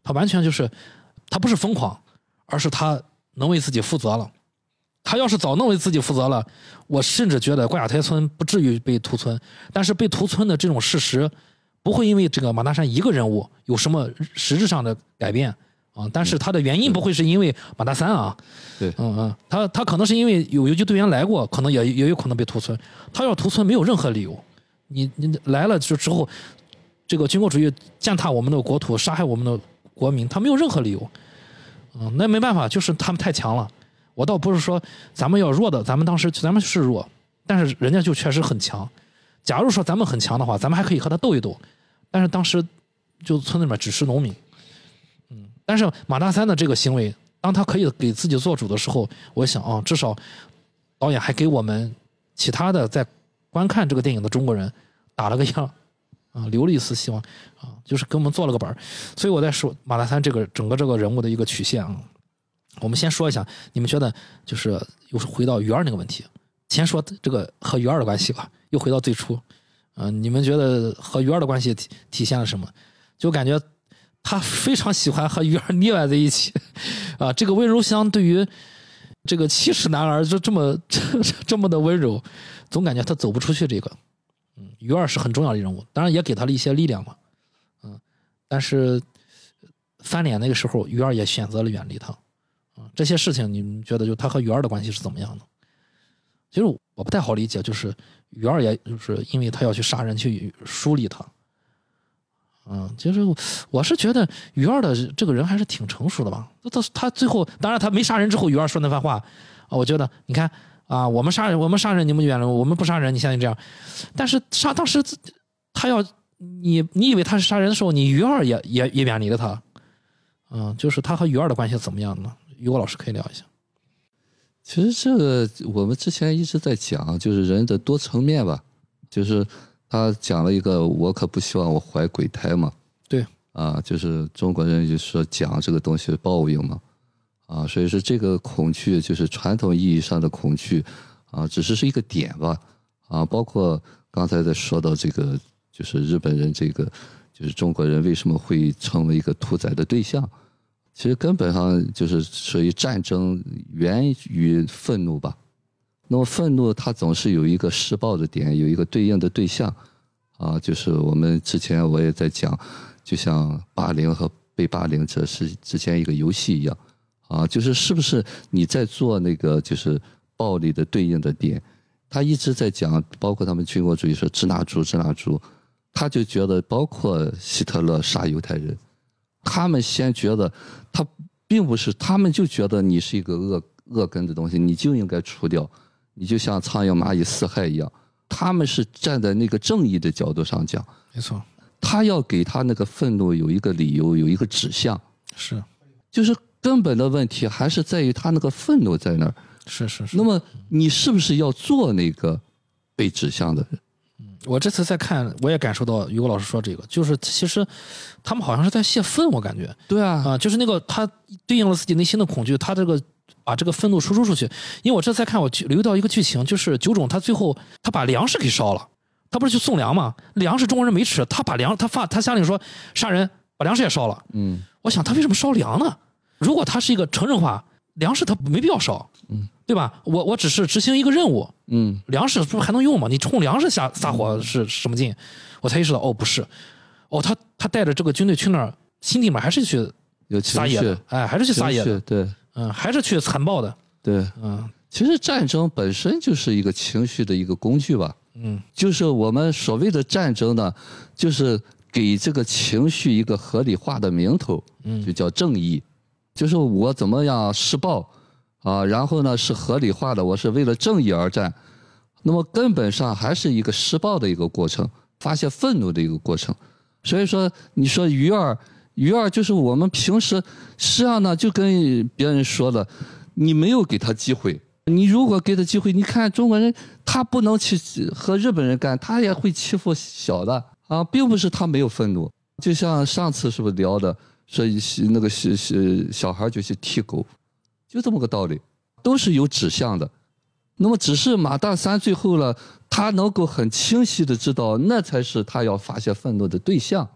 他完全就是他不是疯狂，而是他能为自己负责了。他要是早能为自己负责了，我甚至觉得瓜亚台村不至于被屠村。但是被屠村的这种事实不会因为这个马大山一个人物有什么实质上的改变啊，但是他的原因不会是因为马大三啊， 对， 他可能是因为有游击队员来过，可能也有可能被屠村。他要屠村没有任何理由，你来了之后，这个军国主义践踏我们的国土，杀害我们的国民，他没有任何理由。那没办法，就是他们太强了。我倒不是说咱们要弱的，咱们是弱，但是人家就确实很强。假如说咱们很强的话，咱们还可以和他斗一斗。但是当时就村里面只是农民，但是马大三的这个行为，当他可以给自己做主的时候，我想至少导演还给我们其他的在观看这个电影的中国人打了个样留了一丝希望就是给我们做了个本。所以我在说马大三这个整个这个人物的一个曲线我们先说一下，你们觉得就是又是回到鱼儿那个问题，先说这个和鱼儿的关系吧，又回到最初。你们觉得和鱼儿的关系体现了什么？就感觉他非常喜欢和鱼儿腻歪在一起这个温柔乡对于这个七尺男儿就这么的温柔，总感觉他走不出去这个。鱼儿是很重要的人物，当然也给他了一些力量嘛。但是翻脸那个时候，鱼儿也选择了远离他。这些事情你们觉得就他和鱼儿的关系是怎么样的？其实我不太好理解，就是鱼儿也就是因为他要去杀人去疏离他。其实我是觉得鱼儿的这个人还是挺成熟的吧。他最后当然他没杀人之后，鱼儿说那番话我觉得你看我们杀人你们远了，我们不杀人你现在这样。但是当时他要你以为他是杀人的时候，你鱼儿也远离了他。就是他和鱼儿的关系怎么样呢？于果老师可以聊一下。 其实这个我们之前一直在讲，就是人的多层面吧。就是他讲了一个我可不希望我怀鬼胎嘛。 对就是中国人就说讲这个东西报应嘛。所以说这个恐惧就是传统意义上的恐惧只是一个点吧。包括刚才在说到这个就是日本人这个就是中国人为什么会成为一个屠宰的对象，其实根本上就是属于战争源于愤怒吧。那么愤怒它总是有一个施暴的点，有一个对应的对象就是我们之前我也在讲，就像霸凌和被霸凌者是之间一个游戏一样就是是不是你在做那个就是暴力的对应的点。他一直在讲，包括他们军国主义说支那族，他就觉得包括希特勒杀犹太人，他们先觉得他并不是，他们就觉得你是一个恶根的东西，你就应该除掉，你就像苍蝇蚂蚁四害一样。他们是站在那个正义的角度上讲， 没错， 他要给他那个愤怒有一个理由，有一个指向， 是， 就是根本的问题还是在于他那个愤怒在那儿。 是。 那么你是不是要做那个被指向的人？ 我这次在看，我也感受到于果老师说这个，就是其实他们好像是在泄愤，我感觉。 对就是那个他对应了自己内心的恐惧，他这个把这个愤怒输出出去。因为我这次在看，我留意到一个剧情，就是九种他最后他把粮食给烧了，他不是去送粮吗？粮食中国人没吃，他把粮他下令说杀人，把粮食也烧了。我想他为什么烧粮呢？如果他是一个城镇化，粮食他没必要烧。对吧？我只是执行一个任务，粮食不是还能用吗？你冲粮食撒火是什么劲？我才意识到，不是，他带着这个军队去那儿，心里面还是去撒野的，还是去撒野的， 对， 还是去残暴的， 对，其实战争本身就是一个情绪的一个工具吧，就是我们所谓的战争呢，就是给这个情绪一个合理化的名头，就叫正义，就是我怎么样施暴。然后呢是合理化的，我是为了正义而战，那么根本上还是一个施暴的一个过程，发泄愤怒的一个过程。所以说你说鱼儿就是我们平时实际上呢就跟别人说了，你没有给他机会，你如果给他机会，你看中国人他不能去和日本人干，他也会欺负小的并不是他没有愤怒。就像上次是不是聊的说那个小孩就去踢狗，就这么个道理，都是有指向的。那么只是马大三最后了，他能够很清晰的知道，那才是他要发泄愤怒的对象。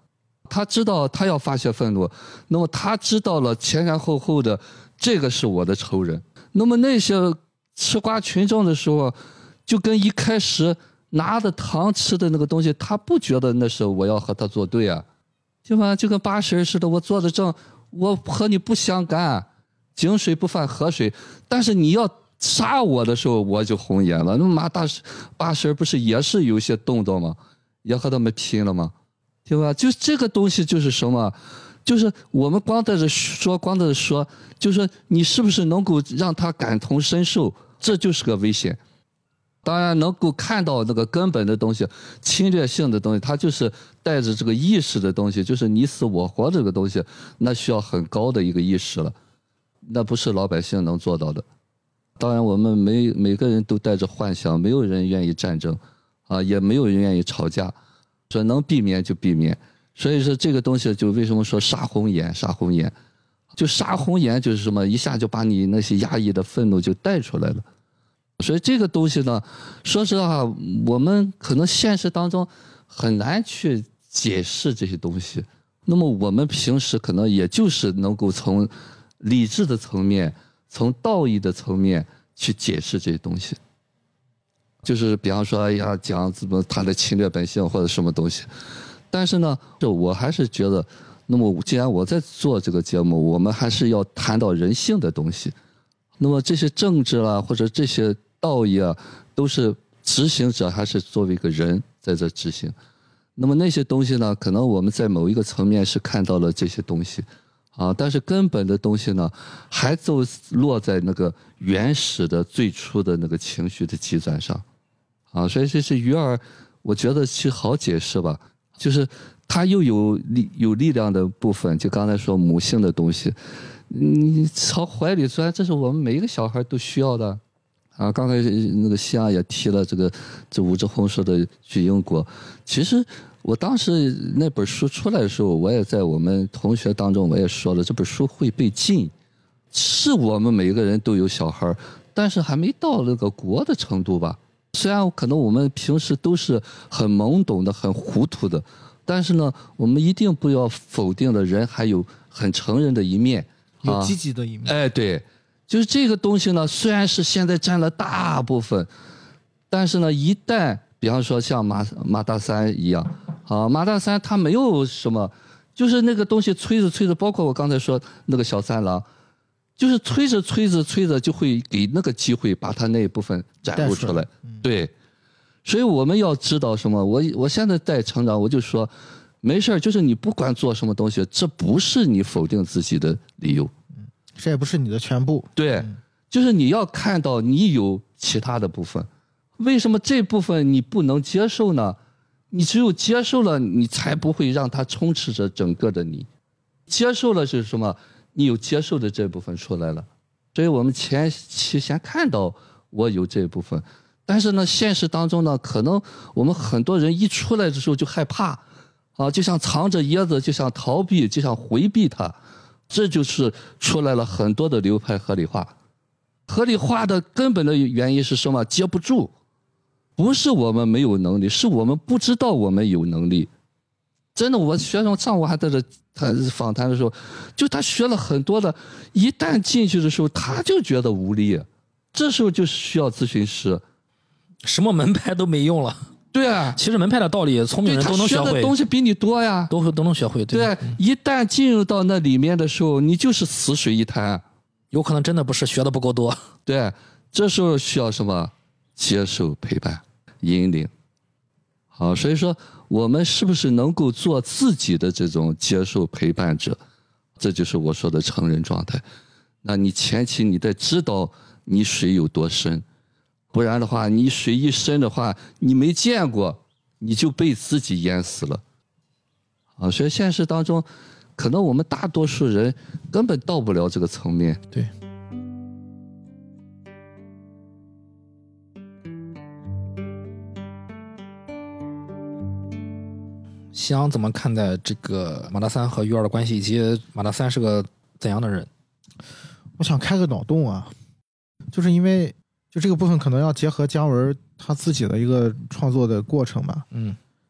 他知道他要发泄愤怒，那么他知道了前前后后的这个是我的仇人。那么那些吃瓜群众的时候，就跟一开始拿着糖吃的那个东西，他不觉得那是我要和他作对啊，对吧？就跟八十似的，我做的正，我和你不相干，井水不犯河水。但是你要杀我的时候，我就红眼了。那马八十不是也是有些动作吗？也和他们拼了吗？对吧？就这个东西就是什么？就是我们光在这说，就是你是不是能够让他感同身受，这就是个危险。当然能够看到那个根本的东西，侵略性的东西，它就是带着这个意识的东西，就是你死我活这个东西，那需要很高的一个意识了，那不是老百姓能做到的。当然我们每个人都带着幻想，没有人愿意战争啊，也没有人愿意吵架，说能避免就避免。所以说这个东西就为什么说杀红眼，就杀红眼就是什么，一下就把你那些压抑的愤怒就带出来了。所以这个东西呢，说实话，我们可能现实当中很难去解释这些东西。那么我们平时可能也就是能够从理智的层面，从道义的层面去解释这些东西。就是比方说，哎呀，讲怎么他的侵略本性或者什么东西。但是呢，我还是觉得，那么既然我在做这个节目，我们还是要谈到人性的东西。那么这些政治啦，或者这些道义啊，都是执行者还是作为一个人在这执行。那么那些东西呢，可能我们在某一个层面是看到了这些东西啊，但是根本的东西呢，还就落在那个原始的最初的那个情绪的积攒上啊。所以这是鱼儿，我觉得其实好解释吧，就是它又有力量的部分，就刚才说母性的东西，你朝怀里钻，这是我们每一个小孩都需要的啊。刚才那个西安也提了这武志红说的巨婴国，其实我当时那本书出来的时候，我也在我们同学当中我也说了，这本书会被禁，是我们每个人都有小孩，但是还没到那个国的程度吧。虽然可能我们平时都是很懵懂的、很糊涂的，但是呢，我们一定不要否定了人还有很成人的一面， 有积极的一面。 哎，对，就是这个东西呢，虽然是现在占了大部分，但是呢，一旦比方说像马大三一样啊，马大三他没有什么，就是那个东西催着，包括我刚才说那个小三郎。就是催着，就会给那个机会把他那一部分展露出来。对，所以我们要知道什么？我现在在成长，我就说，没事，就是你不管做什么东西，这不是你否定自己的理由， 这也不是你的全部。 对，就是你要看到你有其他的部分，为什么这部分你不能接受呢？你只有接受了，你才不会让它充斥着整个的你。接受了是什么？你有接受的这部分出来了，所以我们前期先看到我有这部分，但是呢，现实当中呢，可能我们很多人一出来的时候就害怕，啊，就像藏着掖着，就像逃避，就像回避它，这就是出来了很多的流派合理化。合理化的根本的原因是什么？接不住，不是我们没有能力，是我们不知道我们有能力。真的，我学生上午还在这访谈的时候，就他学了很多的，一旦进去的时候，他就觉得无力，这时候就需要咨询师。 什么门派都没用了。 对啊， 其实门派的道理，聪明人都能学会。 他学的东西比你多呀， 都能学会。 对，一旦进入到那里面的时候，你就是死水一潭。 有可能真的不是学的不够多。 对，这时候需要什么？接受、陪伴、引领。好，所以说我们是不是能够做自己的这种接受陪伴者？这就是我说的成人状态。那你前期你得知道你水有多深，不然的话，你水一深的话，你没见过，你就被自己淹死了。啊，所以现实当中，可能我们大多数人根本到不了这个层面。 对。西洋怎么看待这个马大三和鱼儿的关系，以及马大三是个怎样的人？ 我想开个脑洞啊，就是因为就这个部分可能要结合姜文他自己的一个创作的过程吧。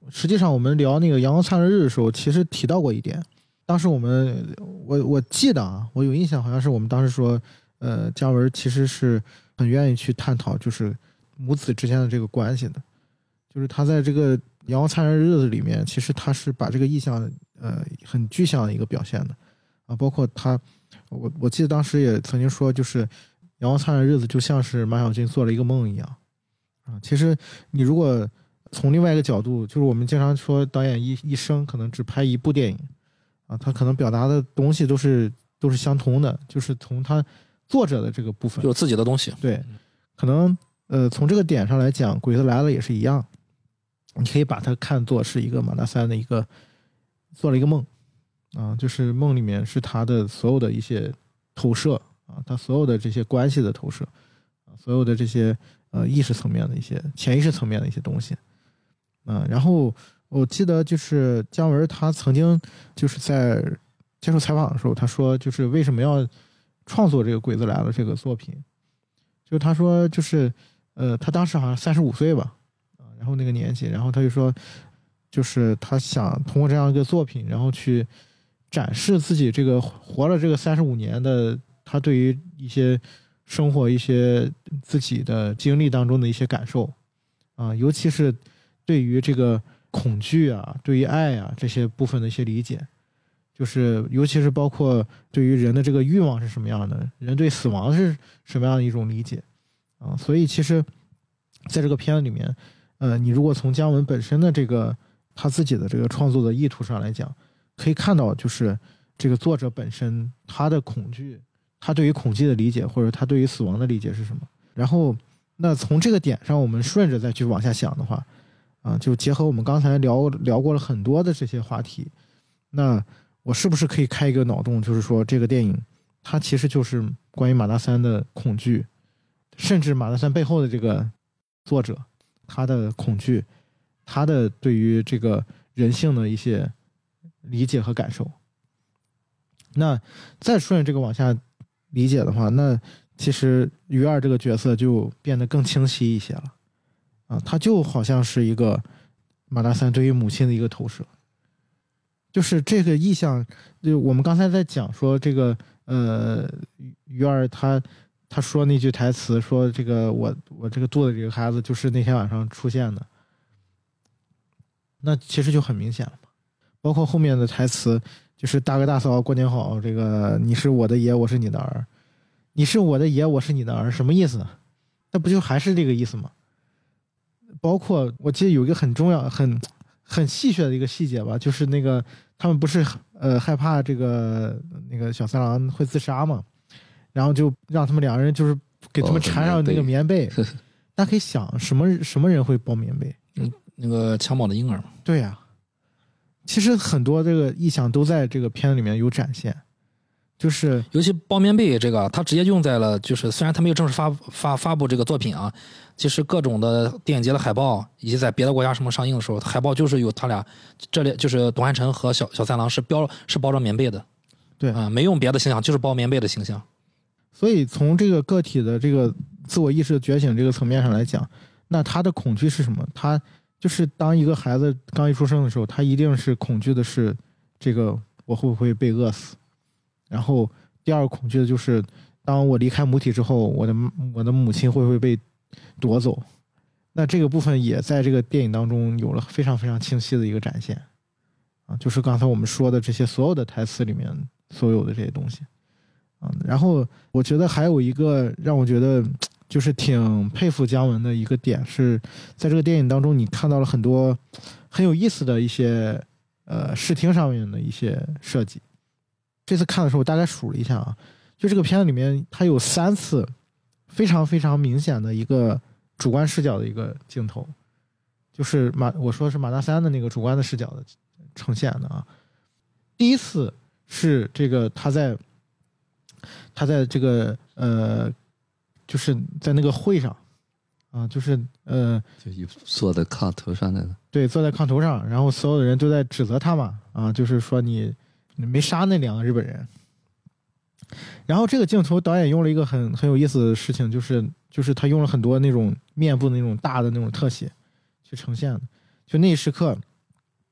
实际上我们聊那个阳光灿烂日的时候，其实提到过一点。当时我记得啊，我有印象，好像是我们当时说，姜文其实是很愿意去探讨就是母子之间的这个关系的，就是他在这个阳光灿烂日子里面，其实他是把这个意象很具象的一个表现的啊，包括他，我记得当时也曾经说，就是阳光灿烂日子就像是马小军做了一个梦一样啊。其实你如果从另外一个角度，就是我们经常说导演一生可能只拍一部电影啊，他可能表达的东西都是相同的，就是从他作者的这个部分有自己的东西。 对，可能从这个点上来讲，鬼子来了也是一样，你可以把它看作是一个马大三的做了一个梦啊，就是梦里面是他的所有的一些投射啊，他所有的这些关系的投射啊，所有的这些意识层面的一些潜意识层面的一些东西。然后我记得就是姜文他曾经就是在接受采访的时候，他说就是为什么要创作这个《鬼子来了》这个作品，就是他说就是他当时好像35岁吧，然后那个年纪，然后他就说就是他想通过这样一个作品，然后去展示自己这个活了这个35年的他对于一些生活一些自己的经历当中的一些感受啊，尤其是对于这个恐惧啊，对于爱啊这些部分的一些理解，就是尤其是包括对于人的这个欲望是什么样的，人对死亡是什么样的一种理解啊。所以其实在这个片子里面你如果从姜文本身的这个他自己的这个创作的意图上来讲，可以看到就是这个作者本身他的恐惧，他对于恐惧的理解，或者他对于死亡的理解是什么。然后那从这个点上我们顺着再去往下想的话就结合我们刚才聊过了很多的这些话题，那我是不是可以开一个脑洞，就是说这个电影它其实就是关于马大三的恐惧，甚至马大三背后的这个作者他的恐惧，他的对于这个人性的一些理解和感受。那再顺着这个往下理解的话，那其实于二这个角色就变得更清晰一些了他就好像是一个马大三对于母亲的一个投射，就是这个意象，就我们刚才在讲说这个于二他说那句台词，说这个我这个肚子里这个孩子就是那天晚上出现的，那其实就很明显了嘛。包括后面的台词，就是大哥大嫂过年好，这个你是我的爷，我是你的儿，你是我的爷，我是你的儿，什么意思？那不就还是这个意思吗？包括我记得有一个很重要很戏谑的一个细节吧，就是那个他们不是害怕这个那个小三郎会自杀嘛，然后就让他们两人就是给他们缠上那个棉被。大家可以想什么人会包棉被？ 那个襁褓的婴儿。 对呀其实很多这个意象都在这个片子里面有展现，就是尤其包棉被这个，它直接用在了，就是虽然它没有正式发布这个作品啊，其实各种的电影节的海报，以及在别的国家什么上映的时候，海报就是有他俩，这里就是董汉成和小三郎是包着棉被的， 对没用别的形象，就是包棉被的形象。 所以从这个个体的这个自我意识的觉醒这个层面上来讲，那他的恐惧是什么？他就是当一个孩子刚一出生的时候，他一定是恐惧的是这个我会不会被饿死，然后第二个恐惧的就是当我离开母体之后，我的母亲会不会被夺走。那这个部分也在这个电影当中有了非常非常清晰的一个展现就是刚才我们说的这些所有的台词里面所有的这些东西然后我觉得还有一个让我觉得就是挺佩服姜文的一个点，是在这个电影当中你看到了很多很有意思的一些视听上面的一些设计。这次看的时候我大概数了一下就这个片子里面它有3次非常非常明显的一个主观视角的一个镜头，就是我说是马大三的那个主观的视角的呈现的第一次是这个他在这个就是在那个会上就是就坐在炕头上那个， 对，坐在炕头上，然后所有的人都在指责他嘛就是说你没杀那2个日本人。然后这个镜头导演用了一个很有意思的事情，就是他用了很多那种面部的那种大的那种特写去呈现的。就那一时刻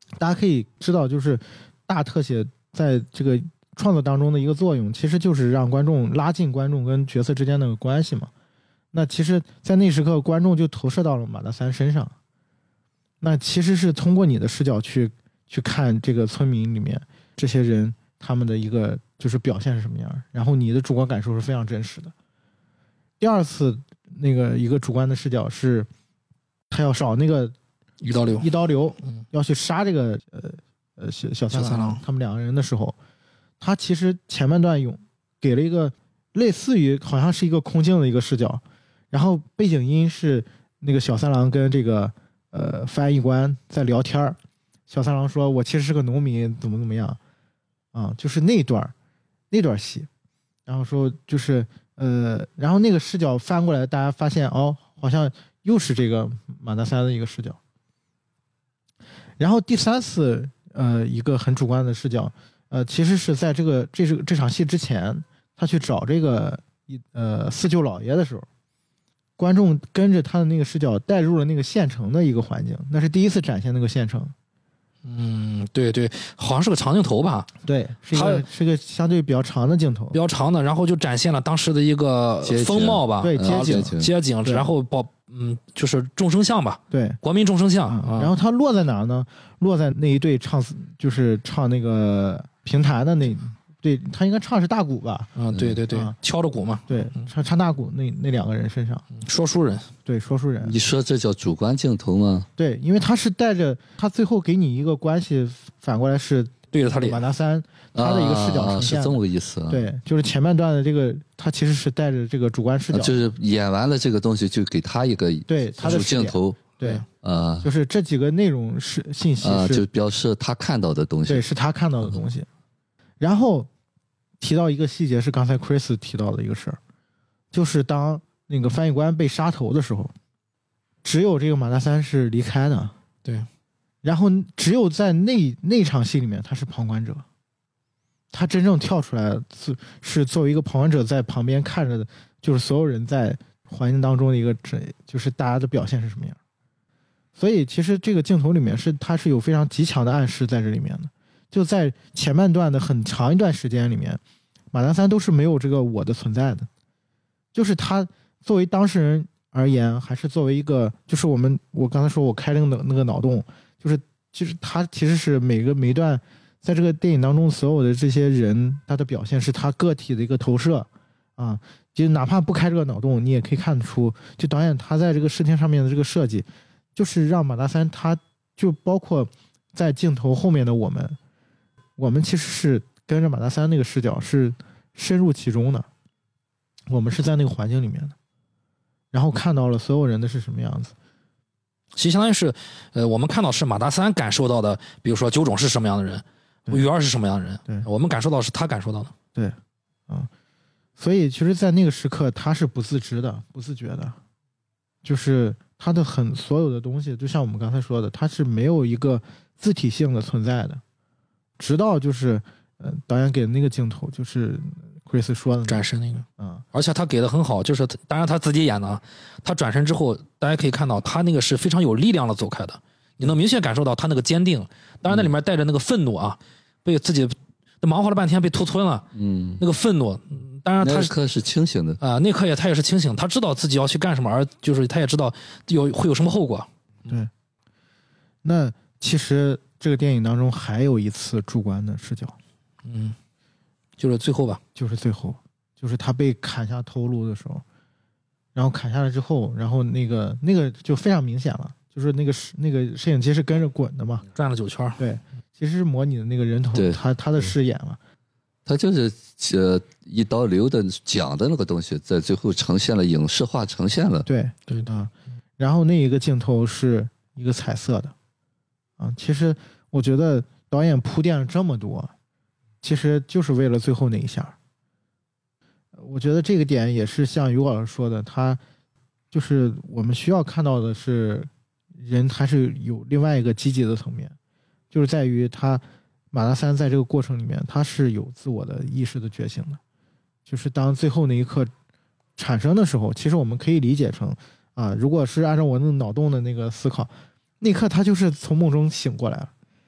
大家可以知道，就是大特写在这个创作当中的一个作用，其实就是让观众拉近观众跟角色之间的关系嘛。那其实，在那时刻，观众就投射到了马大三身上。那其实是通过你的视角去看这个村民里面这些人他们的一个就是表现是什么样，然后你的主观感受是非常真实的。第二次那个一个主观的视角是，他要找那个一刀流， 要去杀这个小三郎他们两个人的时候，他其实前半段给了一个类似于好像是一个空镜的一个视角，然后背景音是那个小三郎跟这个翻译官在聊天，小三郎说我其实是个农民怎么样啊，就是那段戏，然后说就是然后那个视角翻过来，大家发现哦，好像又是这个马大三的一个视角。然后第三次一个很主观的视角，其实是在这场戏之前，他去找这个四舅老爷的时候，观众跟着他的那个视角带入了那个县城的一个环境，那是第一次展现那个县城。 对对，好像是个长镜头吧？ 对，是个相对比较长的镜头， 比较长的，然后就展现了当时的一个风貌吧， 对， 街景，然后就是众生相吧， 对， 国民众生相。 然后它落在哪呢？落在那一对唱那个评弹的那，对，他应该唱是大鼓吧？ 对对对，敲着鼓嘛。 对，唱大鼓那两个人身上， 说书人。 对，说书人。 你说这叫主观镜头吗？ 对，因为他是带着他最后给你一个关系，反过来是对着他脸。 马大三他的一个视角呈现， 是这么个意思。 对，就是前半段的这个，他其实是带着这个主观视角， 就是演完了这个东西，就给他一个对他的主镜头。 对，就是这几个内容是信息就表示他看到的东西。 对，是他看到的东西。然后提到一个细节，是刚才 Chris 提到的一个事儿，就是当那个翻译官被杀头的时候，只有这个马大三是离开的。 对， 然后只有在那场戏里面，他是旁观者，他真正跳出来是作为一个旁观者在旁边看着的，就是所有人在环境当中的一个，就是大家的表现是什么样。所以其实这个镜头里面它是有非常极强的暗示在这里面的。就在前半段的很长一段时间里面，马大三都是没有这个我的存在的，就是他作为当事人而言，还是作为一个，就是我刚才说我开那个脑洞，就是他其实是每一段在这个电影当中所有的这些人，他的表现是他个体的一个投射啊，就哪怕不开这个脑洞，你也可以看得出，就导演他在这个视听上面的这个设计，就是让马大三他就包括在镜头后面的我们其实是跟着马大三那个视角是深入其中的，我们是在那个环境里面的，然后看到了所有人的是什么样子。 其实相当于是，我们看到是马大三感受到的，比如说九种是什么样的人，鱼儿是什么样的人， 对， 我们感受到是他感受到的。 对，所以其实在那个时刻他是不自知的、不自觉的，就是他的所有的东西，就像我们刚才说的，他是没有一个自体性的存在的。直到就是导演给的那个镜头，就是 Chris 说的转身那个，而且他给的很好，就是当然他自己演的，他转身之后，大家可以看到他那个是非常有力量的走开的，你能明显感受到他那个坚定，当然那里面带着那个愤怒啊，被自己忙活了半天被屠村了，那个愤怒，当然他那刻是清醒的啊，那刻他也是清醒，他知道自己要去干什么，而就是他也知道会有什么后果。 对，那其实这个电影当中还有一次主观的视角， 就是最后吧， 就是他被砍下头颅的时候，然后砍下来之后，然后那个就非常明显了，就是那个摄影机是跟着滚的嘛， 转了9圈， 对，其实是模拟的那个人头他的视野了， 他就是一刀流的讲的那个东西，在最后呈现了影视化呈现了， 对啊，然后那一个镜头是一个彩色的。其实我觉得导演铺垫了这么多，其实就是为了最后那一下。我觉得这个点也是像于老师说的，他就是我们需要看到的是人还是有另外一个积极的层面，就是在于马大三在这个过程里面他是有自我的意识的觉醒的，就是当最后那一刻产生的时候，其实我们可以理解成如果是按照我那脑洞的那个思考，那一刻他就是从梦中醒过来了，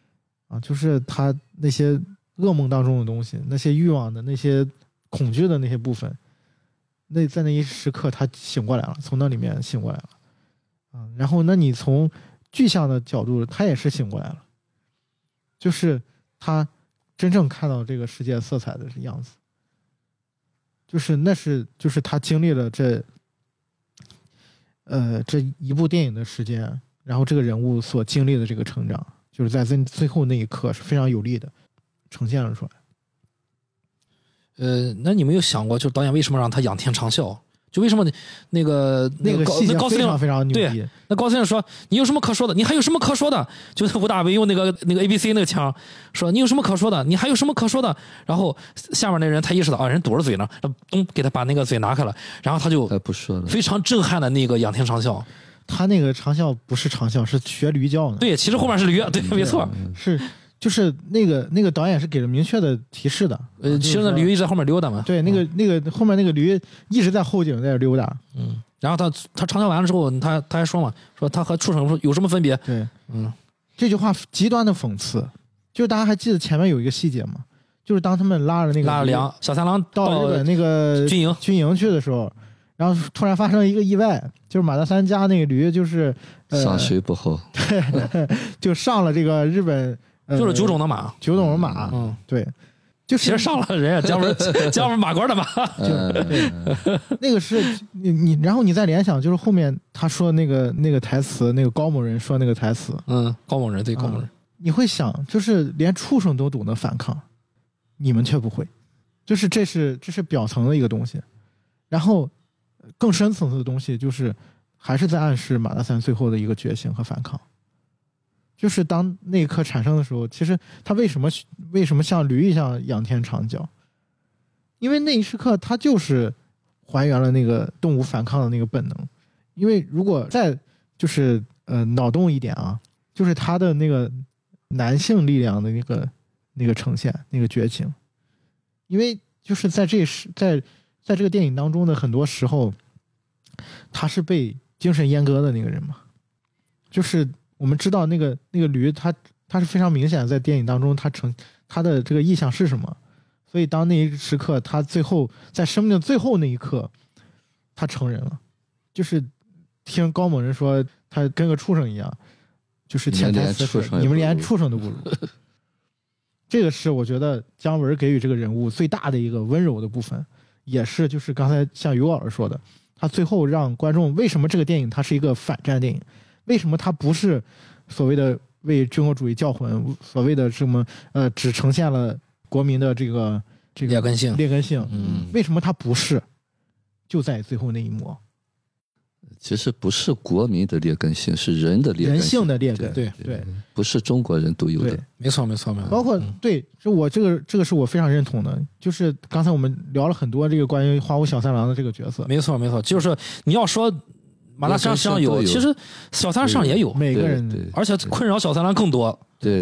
啊，就是他那些噩梦当中的东西，那些欲望的那些恐惧的那些部分，那在那一时刻他醒过来了，从那里面醒过来了啊。然后那你从具象的角度，他也是醒过来了，就是他真正看到这个世界色彩的样子，就是他经历了这一部电影的时间，然后这个人物所经历的这个成长，就是在最后那一刻是非常有力的呈现了出来。 那你没有想过，就导演为什么让他仰天长啸？就为什么那个细节高司令非常非常牛逼。 对，那高司令说你有什么可说的？你还有什么可说的？就是吴大维用那个 ABC 那个腔说你有什么可说的？你还有什么可说的？然后下面那人他意识到啊，人堵着嘴呢，咚给他把那个嘴拿开了，然后他就不说了， 非常震撼的那个仰天长啸。 他那个长啸不是长啸，是学驴叫呢。 对，其实后面是驴，对，没错， 是。就是那个导演是给了明确的提示的， 其实那驴一直在后面溜达嘛。 对，那个后面那个驴一直在后景在溜达。 然后他长啸完了之后，他还说嘛，说他和畜生有什么分别？ 对，这句话极端的讽刺。就是大家还记得前面有一个细节吗？就是当他们拉着梁小三郎到日本那个军营去的时候，然后突然发生一个意外，就是马大三家那个驴就是上水不好， 对，就上了这个日本。 就是九种的马， 对，就是其实上了人家姜文马官的马， 那个是你，然后你再联想，就是后面他说那个台词，那个高某人说那个台词， 高某人对高某人， 你会想，就是连畜生都懂得反抗，你们却不会，就是这是表层的一个东西，然后更深层次的东西，就是还是在暗示马大三最后的一个觉醒和反抗。就是当那一刻产生的时候，其实他为什么像驴一样仰天长叫？因为那一时刻他就是还原了那个动物反抗的那个本能。因为如果再就是脑洞一点啊，就是他的那个男性力量的那个呈现，那个绝情。因为就是在这个电影当中的很多时候，他是被精神阉割的那个人嘛，就是我们知道那个驴，他是非常明显在电影当中他的这个意向是什么，所以当那一时刻，他最后在生命的最后那一刻，他成人了，就是听高某人说他跟个畜生一样，就是潜台词你们连畜生都不如。这个是我觉得姜文给予这个人物最大的一个温柔的部分，也是就是刚才像于老师说的，他最后让观众为什么这个电影它是一个反战电影。为什么它不是所谓的为军国主义教魂，所谓的什么只呈现了国民的这个劣根性？ 为什么它不是？就在最后那一幕。 其实不是国民的劣根性，是人的劣根性， 人性的劣根。 对， 不是中国人独有的。 没错。 包括对，我这个是我非常认同的。就是刚才我们聊了很多这个关于花屋小三郎的这个角色。 没错，就是你要说。马大三上有，其实小三上也有， 每个人， 而且困扰小三郎更多。 对。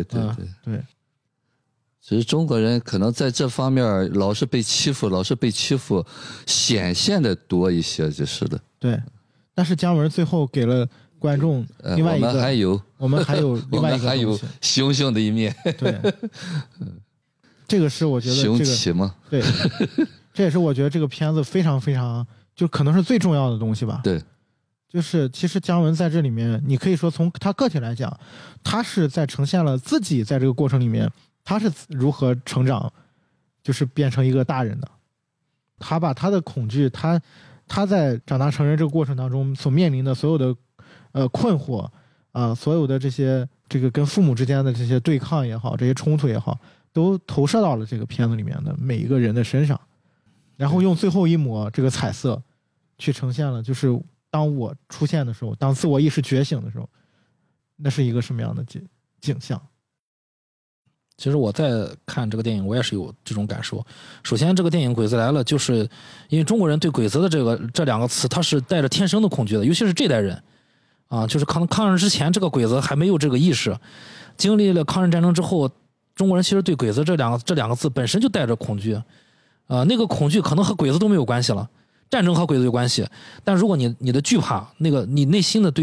其实中国人可能在这方面老是被欺负，显现的多一些，就是的。 对，但是姜文最后给了观众另外一个，我们还有另外一个， 还有雄性的一面。 对，这个是我觉得雄起嘛。 对，这也是我觉得这个片子非常非常，就可能是最重要的东西吧。 对。 就是其实姜文在这里面，你可以说从他个体来讲，他是在呈现了自己在这个过程里面他是如何成长，就是变成一个大人的。他把他的恐惧，他在长大成人这个过程当中所面临的所有的困惑所有的这个跟父母之间的这些对抗也好，这些冲突也好，都投射到了这个片子里面的每一个人的身上，然后用最后一抹这个彩色去呈现了，就是当我出现的时候，当自我意识觉醒的时候，那是一个什么样的景象。 其实我在看这个电影，我也是有这种感受。首先，这个电影《鬼子来了》，就是因为中国人对鬼子的这两个词，它是带着天生的恐惧的，尤其是这代人就是抗日之前，这个鬼子还没有这个意识。经历了抗日战争之后，中国人其实对鬼子这两个字本身就带着恐惧那个恐惧可能和鬼子都没有关系了，战争和鬼子有关系，但如果你的惧怕，那个你内心的对于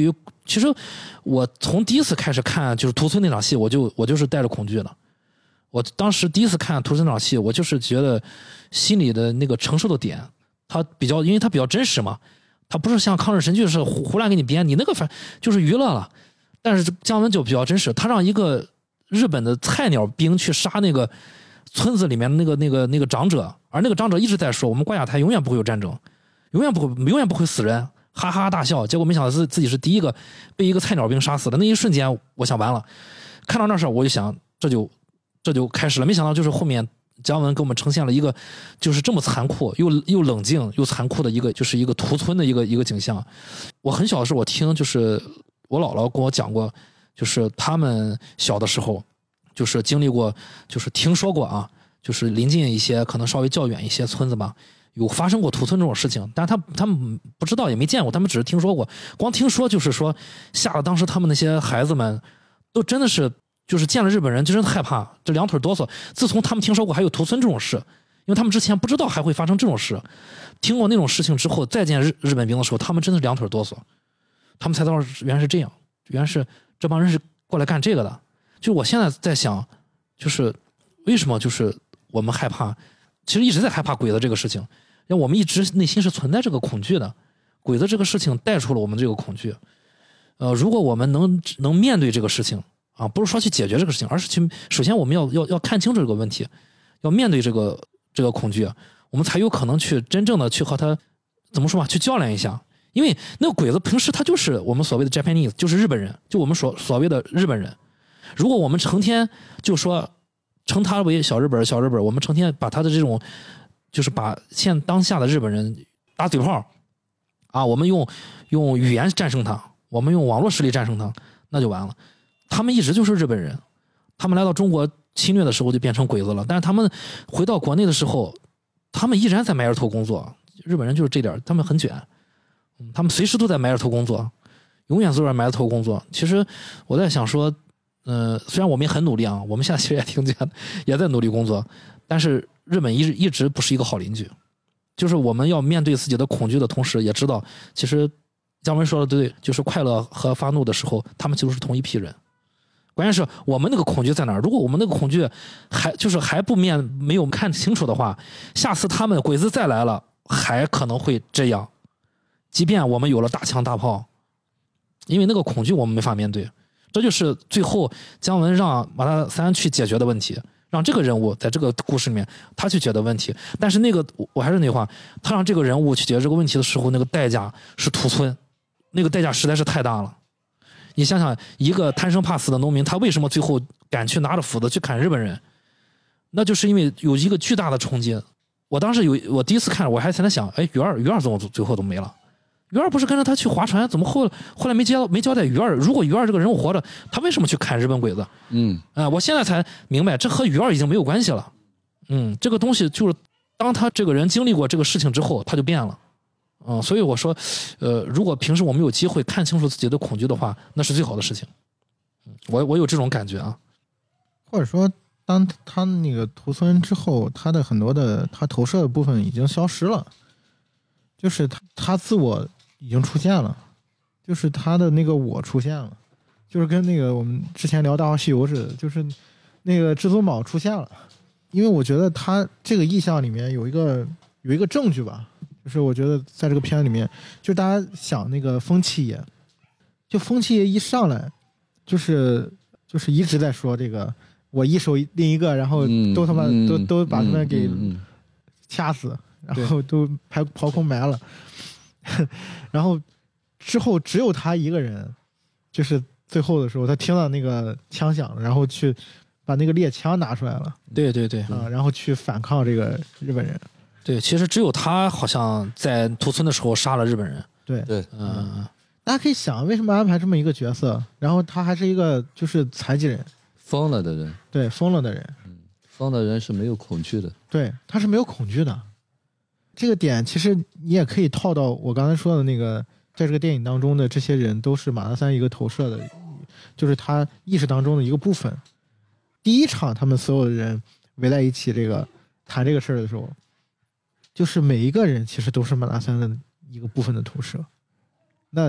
其实我从第一次开始看就是屠村那场戏，我就是带着恐惧的。我当时第一次看屠村那场戏，我就是觉得心里的那个承受的点，因为它比较真实嘛，它不是像抗日神剧是胡乱给你编，你那个就是娱乐了。但是姜文就比较真实，他让一个日本的菜鸟兵去杀那个村子里面的那个长者，而那个长者一直在说我们关雅台永远不会有战争，永远不会死人，哈哈大笑。结果没想到自己是第一个被一个菜鸟兵杀死的。那一瞬间我想完了，看到那事儿我就想这就开始了。没想到就是后面姜文给我们呈现了一个就是这么残酷又冷静又残酷的一个就是一个屠村的一个景象。我很小的时候我听就是我姥姥跟我讲过，就是他们小的时候就是经历过，就是听说过啊，就是临近一些可能稍微较远一些村子吧，有发生过屠村这种事情，但是他们不知道也没见过，他们只是听说过。光听说就是说吓得当时他们那些孩子们都真的是就是见了日本人就真的害怕，这两腿哆嗦。自从他们听说过还有屠村这种事，因为他们之前不知道还会发生这种事，听过那种事情之后再见日本兵的时候，他们真的是两腿哆嗦。他们才知道原来是这样，原来是这帮人是过来干这个的。就我现在在想，就是为什么就是我们害怕，其实一直在害怕鬼子这个事情，因为我们一直内心是存在这个恐惧的。鬼子这个事情带出了我们这个恐惧。如果我们能面对这个事情啊，不是说去解决这个事情，而是首先我们要看清楚这个问题，要面对这个恐惧，我们才有可能去真正的去和他怎么说吧，去较量一下。因为那个鬼子平时他就是我们所谓的 Japanese， 就是日本人，就我们所谓的日本人。如果我们成天就说称他为小日本，我们成天把他的这种就是把当下的日本人打嘴炮啊，我们用语言战胜他，我们用网络势力战胜他，那就完了。他们一直就是日本人，他们来到中国侵略的时候就变成鬼子了，但是他们回到国内的时候，他们依然在埋着头工作。日本人就是这点，他们很卷。他们随时都在埋着头工作，永远都在埋着头工作。其实我在想说，虽然我们也很努力啊，我们现在其实也挺卷的，也在努力工作，但是日本一直不是一个好邻居。就是我们要面对自己的恐惧的同时，也知道其实姜文说的对，就是快乐和发怒的时候，他们就是同一批人。关键是我们那个恐惧在哪儿？如果我们那个恐惧还没有看清楚的话，下次他们鬼子再来了，还可能会这样。即便我们有了大枪大炮，因为那个恐惧我们没法面对，这就是最后姜文让马大三去解决的问题，让这个人物在这个故事里面他去解决问题。但是我还是那句话，他让这个人物去解决这个问题的时候，那个代价是屠村，那个代价实在是太大了。你想想，一个贪生怕死的农民，他为什么最后敢去拿着斧子去砍日本人？那就是因为有一个巨大的冲击。我当时我第一次看，我还在那想，哎，鱼儿怎么最后都没了？鱼儿不是跟着他去划船，怎么后来没交代鱼儿？如果鱼儿这个人物活着，他为什么去砍日本鬼子？我现在才明白，这和鱼儿已经没有关系了。这个东西就是当他这个人经历过这个事情之后，他就变了。所以我说，如果平时我们有机会看清楚自己的恐惧的话，那是最好的事情。我有这种感觉啊。 或者说，当他那个屠村之后，他的很多的他投射的部分已经消失了，就是他自我已经出现了，就是他的那个我出现了，就是跟那个我们之前聊《大话西游》似的，就是那个至尊宝出现了。因为我觉得他这个意象里面有一个证据吧，就是我觉得在这个片里面，就大家想那个风气爷，就风气爷一上来，就是一直在说这个我一手拎一个，然后都他妈都把他们给掐死，然后都刨空埋了，然后之后只有他一个人，就是最后的时候他听到那个枪响了，然后去把那个猎枪拿出来了， 对然后去反抗这个日本人。 对，其实只有他好像在屠村的时候杀了日本人。 对，大家可以想为什么安排这么一个角色，然后他还是一个就是残疾人， 疯了的人。 对，疯了的人。 疯的人是没有恐惧的。 对，他是没有恐惧的。这个点其实你也可以套到我刚才说的那个，在这个电影当中的这些人都是马大三一个投射的，就是他意识当中的一个部分。第一场他们所有的人围在一起这个谈这个事儿的时候，就是每一个人其实都是马大三的一个部分的投射。那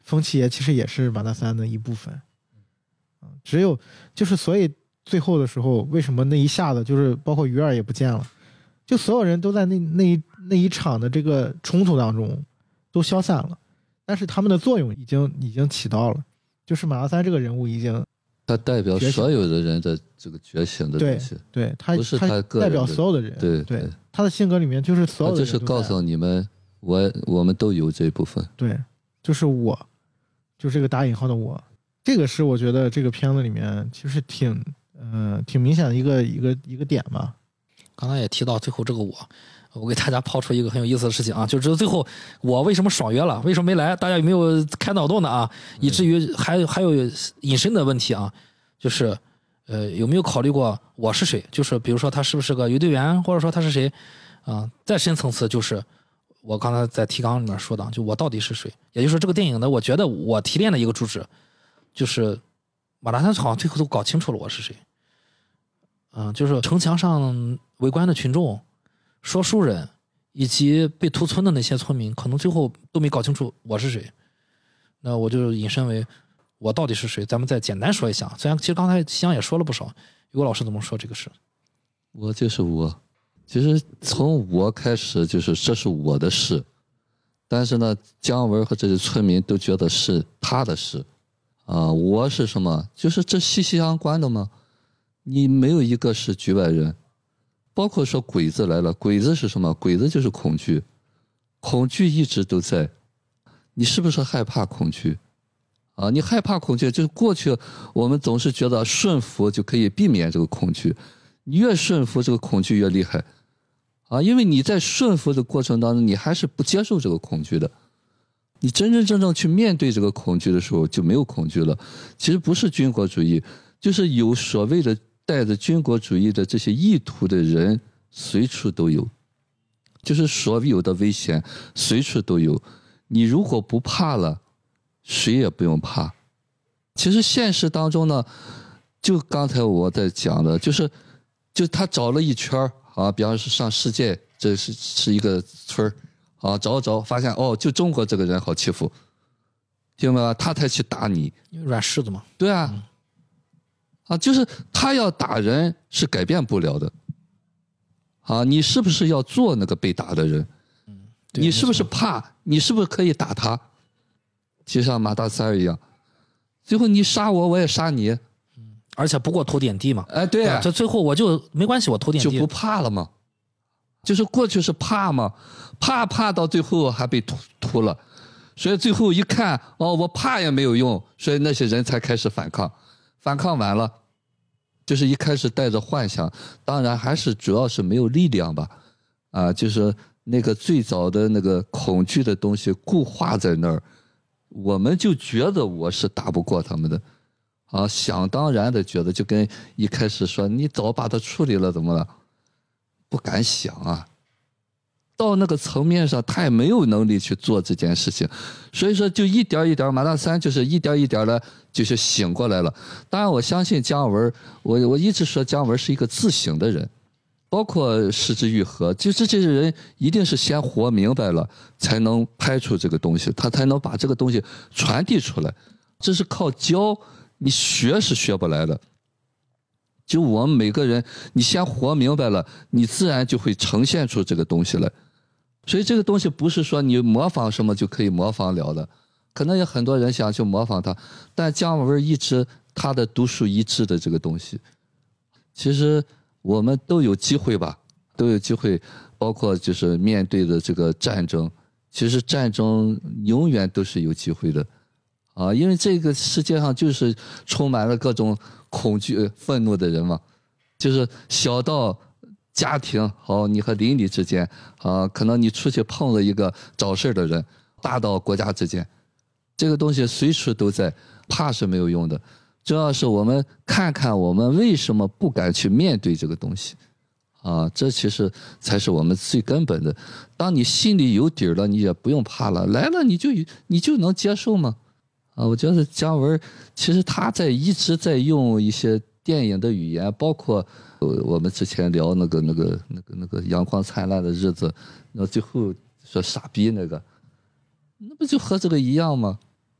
风七爷其实也是马大三的一部分。只有就是所以最后的时候，为什么那一下子就是包括鱼儿也不见了，就所有人都在那一场的这个冲突当中都消散了，但是他们的作用已经起到了，就是马大三这个人物已经。 他代表所有的人的这个觉醒的东西， 对， 不是他个人代表所有的人，对，他的性格里面就是所有的人就是告诉你们，我们都有这一部分， 对，就是我，就这个打引号的我，这个是我觉得这个片子里面其实挺明显的一个点吧。 刚才也提到最后这个我给大家抛出一个很有意思的事情啊，就是最后我为什么爽约了，为什么没来，大家有没有开脑洞的啊？以至于还有引申的问题啊，就是有没有考虑过我是谁？就是比如说他是不是个邮队员，或者说他是谁啊？再深层次就是我刚才在提纲里面说的，就我到底是谁？也就是这个电影的，我觉得我提炼的一个主旨就是马大三好像最后都搞清楚了我是谁。就是城墙上围观的群众。说书人以及被屠村的那些村民，可能最后都没搞清楚我是谁。那我就引申为我到底是谁？咱们再简单说一下。虽然其实刚才西洋也说了不少，于果老师怎么说这个事？ 我就是我。其实从我开始，就是这是我的事，但是呢，姜文和这些村民都觉得是他的事啊。我是什么？就是这息息相关的嘛。你没有一个是局外人。包括说鬼子来了，鬼子是什么？鬼子就是恐惧，恐惧一直都在。你是不是害怕恐惧？啊，你害怕恐惧，就是过去我们总是觉得顺服就可以避免这个恐惧，你越顺服这个恐惧越厉害，啊，因为你在顺服的过程当中，你还是不接受这个恐惧的。你真真正正去面对这个恐惧的时候，就没有恐惧了。其实不是军国主义，就是有所谓的。带着军国主义的这些意图的人随处都有，就是所有的危险随处都有。你如果不怕了，谁也不用怕。其实现实当中呢，就刚才我在讲的，就他找了一圈啊，比方说上世界，这是一个村啊，找发现哦，就中国这个人好欺负，听明白吧？他才去打你， 软柿子嘛。 对啊。啊，就是他要打人是改变不了的，啊，你是不是要做那个被打的人？你是不是怕？你是不是可以打他？就像马大三一样，最后你杀我，我也杀你， 而且不过头点地嘛。 哎，对啊， 这最后我就没关系，我头点地就不怕了嘛。就是过去是怕嘛，怕到最后还被屠了，所以最后一看，哦，我怕也没有用，所以那些人才开始反抗。反抗完了，就是一开始带着幻想，当然还是主要是没有力量吧，啊，就是那个最早的那个恐惧的东西固化在那儿，我们就觉得我是打不过他们的，啊，想当然的觉得，就跟一开始说你早把它处理了怎么了，不敢想啊。到那个层面上，他也没有能力去做这件事情，所以说就一点一点，马大三就是一点一点的，就是醒过来了。当然，我相信姜文，我一直说姜文是一个自省的人，包括失之愈合，就是这些人一定是先活明白了，才能拍出这个东西，他才能把这个东西传递出来。这是靠教，你学是学不来的。就我们每个人，你先活明白了，你自然就会呈现出这个东西来。所以这个东西不是说你模仿什么就可以模仿了的，可能有很多人想去模仿他，但姜文一直他的独树一帜的这个东西，其实我们都有机会吧，都有机会，包括就是面对的这个战争，其实战争永远都是有机会的，啊，因为这个世界上就是充满了各种恐惧、愤怒的人嘛，就是小到家庭，好，你和邻里之间，啊，可能你出去碰了一个找事的人，大到国家之间，这个东西随处都在，怕是没有用的。主要是我们看看我们为什么不敢去面对这个东西，啊，这其实才是我们最根本的。当你心里有底了，你也不用怕了，来了你就能接受吗？啊，我觉得姜文其实他一直在用一些电影的语言，包括我们之前聊那个阳光灿烂的日子，那最后说傻逼那个，那不就和这个一样吗？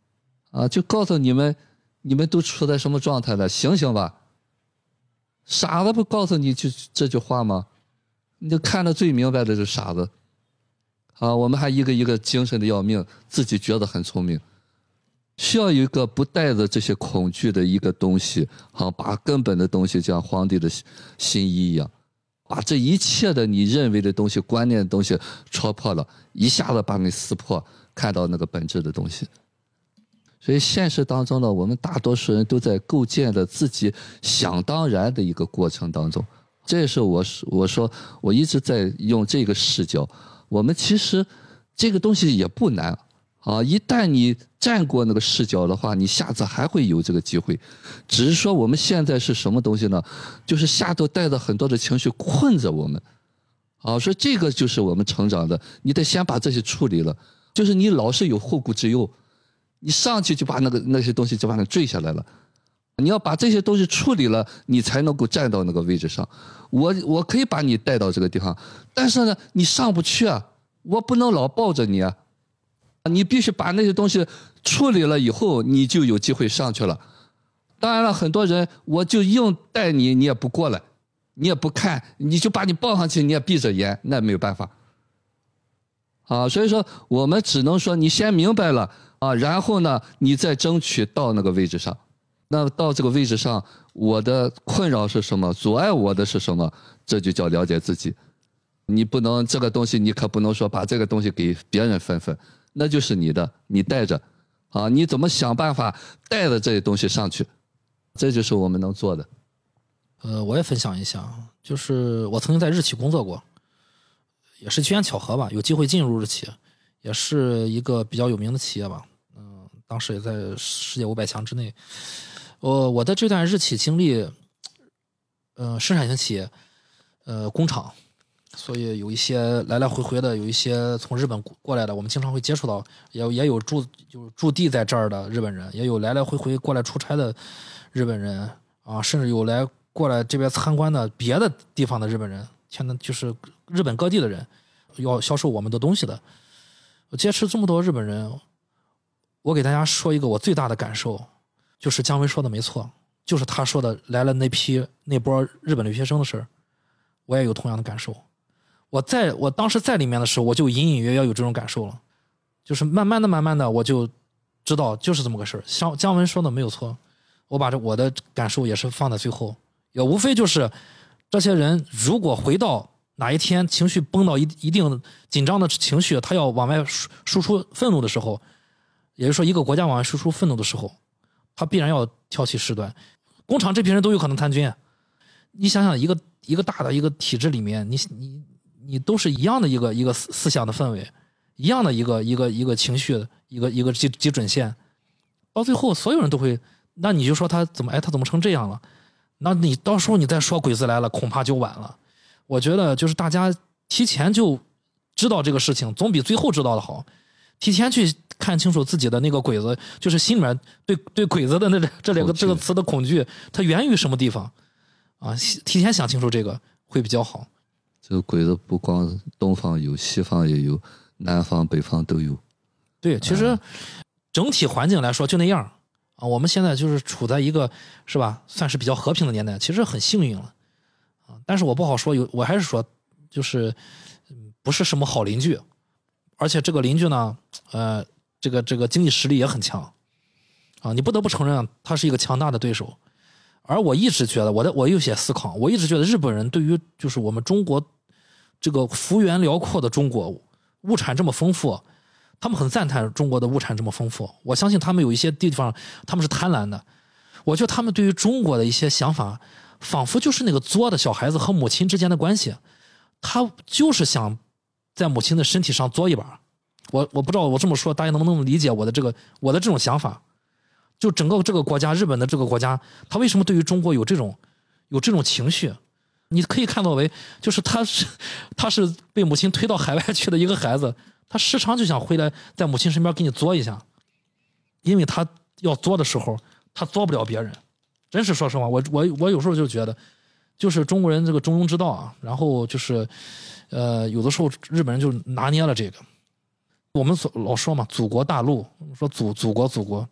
就告诉你们都处在什么状态了，醒醒吧！傻子不告诉你这句话吗？你就看得最明白的是傻子。我们还一个一个精神的要命，自己觉得很聪明。需要有一个不带着这些恐惧的一个东西，把根本的东西像皇帝的新衣一样，把这一切的你认为的东西、观念的东西戳破了，一下子把你撕破，看到那个本质的东西。所以现实当中呢，我们大多数人都在构建着自己想当然的一个过程当中。这也是我说我一直在用这个视角。我们其实这个东西也不难一旦你站过那个视角的话，你下次还会有这个机会。只是说我们现在是什么东西呢？就是下头带着很多的情绪困着我们。所以这个就是我们成长的，你得先把这些处理了。就是你老是有后顾之忧，你上去就把那些东西就把它坠下来了。你要把这些东西处理了，你才能够站到那个位置上。我可以把你带到这个地方，但是呢，你上不去啊，我不能老抱着你啊。你必须把那些东西处理了以后，你就有机会上去了。当然了，很多人我就硬带你，你也不过来，你也不看，你就把你抱上去，你也闭着眼，那没有办法。所以说我们只能说你先明白了然后呢，你再争取到那个位置上。那到这个位置上，我的困扰是什么？阻碍我的是什么？这就叫了解自己。你不能这个东西，你可不能说把这个东西给别人分，那就是你的，你带着你怎么想办法带着这些东西上去？这就是我们能做的。 我也分享一下，就是我曾经在日企工作过，也是机缘巧合吧，有机会进入日企，也是一个比较有名的企业吧。当时也在世界500强之内。我的这段日企经历，生产型企业，工厂，所以有一些来来回回的，有一些从日本过来的，我们经常会接触到，也有驻地在这儿的日本人，也有来来回回过来出差的日本人甚至有过来这边参观的别的地方的日本人，现在就是日本各地的人要销售我们的东西的。我接触这么多日本人，我给大家说一个我最大的感受，就是姜维说的没错，就是他说的来了那波日本留学生的事儿，我也有同样的感受。我当时在里面的时候，我就隐隐约约有这种感受了，就是慢慢的我就知道就是这么个事儿。像姜文说的没有错，我把我的感受也是放在最后，也无非就是这些人如果回到哪一天情绪崩到一定紧张的情绪，他要往外输出愤怒的时候，也就是说一个国家往外输出愤怒的时候，他必然要挑起事端。工厂这批人都有可能贪军，你想想一个大的一个体制里面，你都是一样的一个思想的氛围，一样的一个情绪的一个基准线，到最后所有人都会，那你就说他怎么成这样了？那你到时候你再说鬼子来了，恐怕就晚了。我觉得就是大家提前就知道这个事情，总比最后知道的好。提前去看清楚自己的那个鬼子，就是心里面对鬼子的这个词的恐惧，它源于什么地方提前想清楚这个会比较好。 这个鬼子不光东方有，西方也有，南方北方都有。 对，其实整体环境来说就那样我们现在就是处在一个是吧，算是比较和平的年代，其实很幸运了但是我不好说，我还是说就是不是什么好邻居，而且这个邻居呢这个经济实力也很强你不得不承认他是一个强大的对手。而我一直觉得我有些思考，我一直觉得日本人对于就是我们中国这个幅员辽阔的中国物产这么丰富，他们很赞叹中国的物产这么丰富。我相信他们有一些地方他们是贪婪的，我觉得他们对于中国的一些想法仿佛就是那个作的小孩子和母亲之间的关系，他就是想在母亲的身体上作一把。我不知道我这么说大家能不能理解我的这种想法。就整个这个国家，日本的这个国家，他为什么对于中国有这种情绪？你可以看到为就是他是被母亲推到海外去的一个孩子，他时常就想回来在母亲身边给你作一下，因为他要作的时候他作不了别人。真是说实话，我有时候就觉得就是中国人这个中庸之道然后就是有的时候日本人就拿捏了这个。我们老说嘛，祖国大陆，说祖国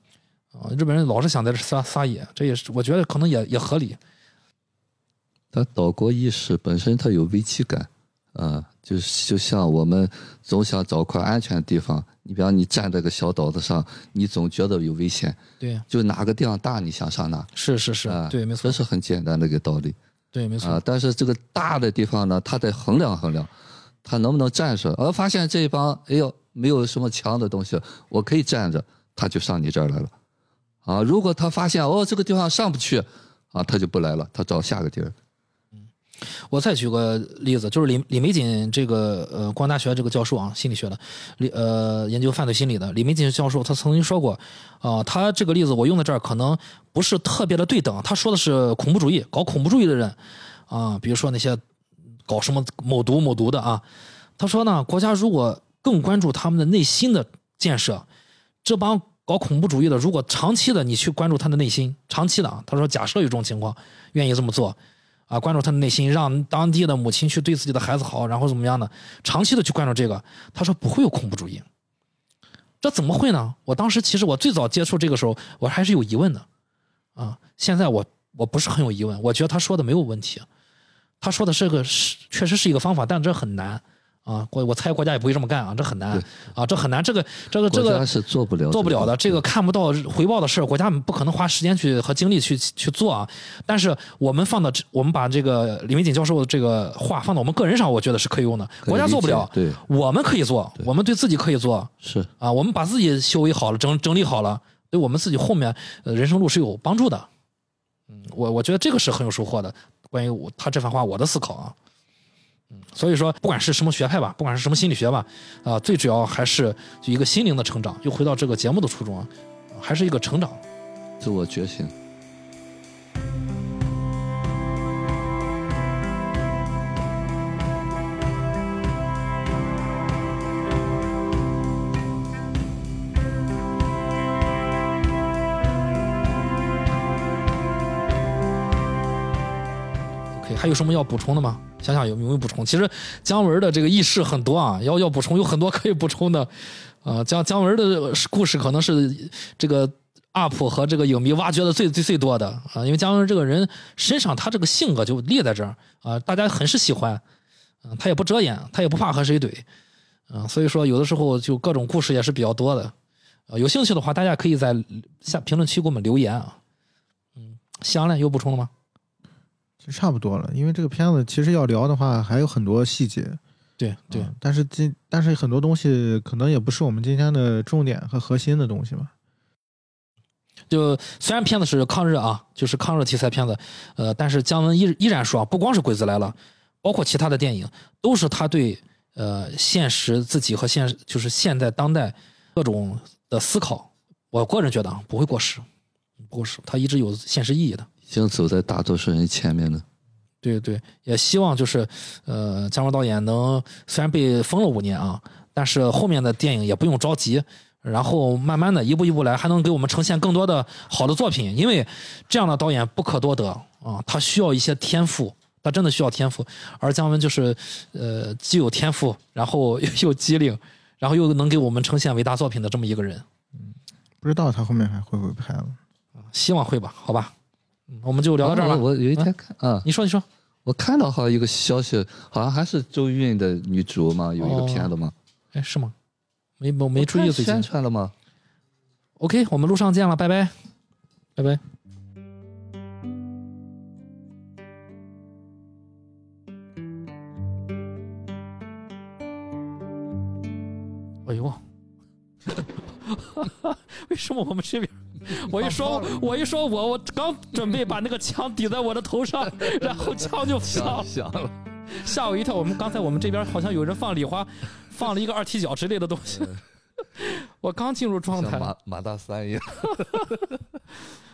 日本人老是想在这撒野，这也是我觉得可能也合理。 他岛国意识本身它有危机感就像我们总想找块安全的地方，你比方你站在个小岛子上，你总觉得有危险， 对， 就哪个地方大你想上哪， 是对，没错， 这是很简单的一个道理， 对，没错但是这个大的地方呢，他得衡量衡量，他能不能站着，发现这一帮哎呦没有什么强的东西，我可以站着，他就上你这儿来了如果他发现这个地方上不去他就不来了，他找下个地儿。 我再举个例子，就是李玫瑾这个光大学这个教授啊，心理学的，研究犯罪心理的李玫瑾教授，他曾经说过，他这个例子我用在这儿可能不是特别的对等，他说的是恐怖主义，搞恐怖主义的人比如说那些搞什么某毒的他说呢，国家如果更关注他们的内心的建设，这帮搞恐怖主义的，如果长期的你去关注他的内心，长期的他说假设有这种情况，愿意这么做。关注他的内心，让当地的母亲去对自己的孩子好，然后怎么样的，长期的去关注这个，他说不会有恐怖主义。这怎么会呢？我当时其实我最早接触这个时候，我还是有疑问的现在我不是很有疑问，我觉得他说的没有问题，他说的确实是一个方法，但这很难我猜国家也不会这么干这很难这很难，这个国家是做不了的，这个看不到回报的事，国家不可能花时间和精力去做但是我们把这个李玫瑾教授的这个话放到我们个人上，我觉得是可以用的。国家做不了， 对， 我们可以做，我们对自己可以做， 是我们把自己修为好了，整理好了，对我们自己后面人生路是有帮助的。我觉得这个是很有收获的。关于他这番话，我的思考所以说不管是什么学派吧，不管是什么心理学吧最主要还是就一个心灵的成长，又回到这个节目的初衷还是一个成长， 自我觉醒。 还有什么要补充的吗？想想有没有补充？其实姜文的这个轶事很多要补充，有很多可以补充的。姜文的故事可能是这个 UP 和这个影迷挖掘的最多的因为姜文这个人身上他这个性格就立在这儿大家很是喜欢他也不遮掩，他也不怕和谁怼所以说有的时候就各种故事也是比较多的有兴趣的话，大家可以在下评论区给我们留言香嘞，有补充了吗？ 差不多了，因为这个片子其实要聊的话还有很多细节， 对， 但是很多东西可能也不是我们今天的重点和核心的东西吧。 就虽然片子是抗日就是抗日题材片子，但是姜文依然说不光是《鬼子来了》，包括其他的电影，都是他对现实自己和就是现在当代各种的思考。我个人觉得不会过时，他一直有现实意义的。 已经走在大多数人前面了。 对，也希望就是姜文导演能虽然被封了5年但是后面的电影也不用着急，然后慢慢的一步一步来，还能给我们呈现更多的好的作品。因为这样的导演不可多得他需要一些天赋，他真的需要天赋。而姜文就是既有天赋，然后又机灵，然后又能给我们呈现伟大作品的这么一个人。 不知道他后面还会不会拍了？ 希望会吧，好吧。我们就聊到这儿吧。 我有一天看你说， 我看到好像一个消息，好像还是周韵的女主嘛，有一个片子嘛。 是吗？没注意最近宣传了吗 ？OK， 我们路上见了，拜拜，拜拜。哎呦，为什么我们这边？我一说我刚准备把那个枪抵在我的头上，然后枪就响了，吓我一跳。我们这边好像有人放礼花，放了一个2踢脚之类的东西。我刚进入状态， 像马大三一样。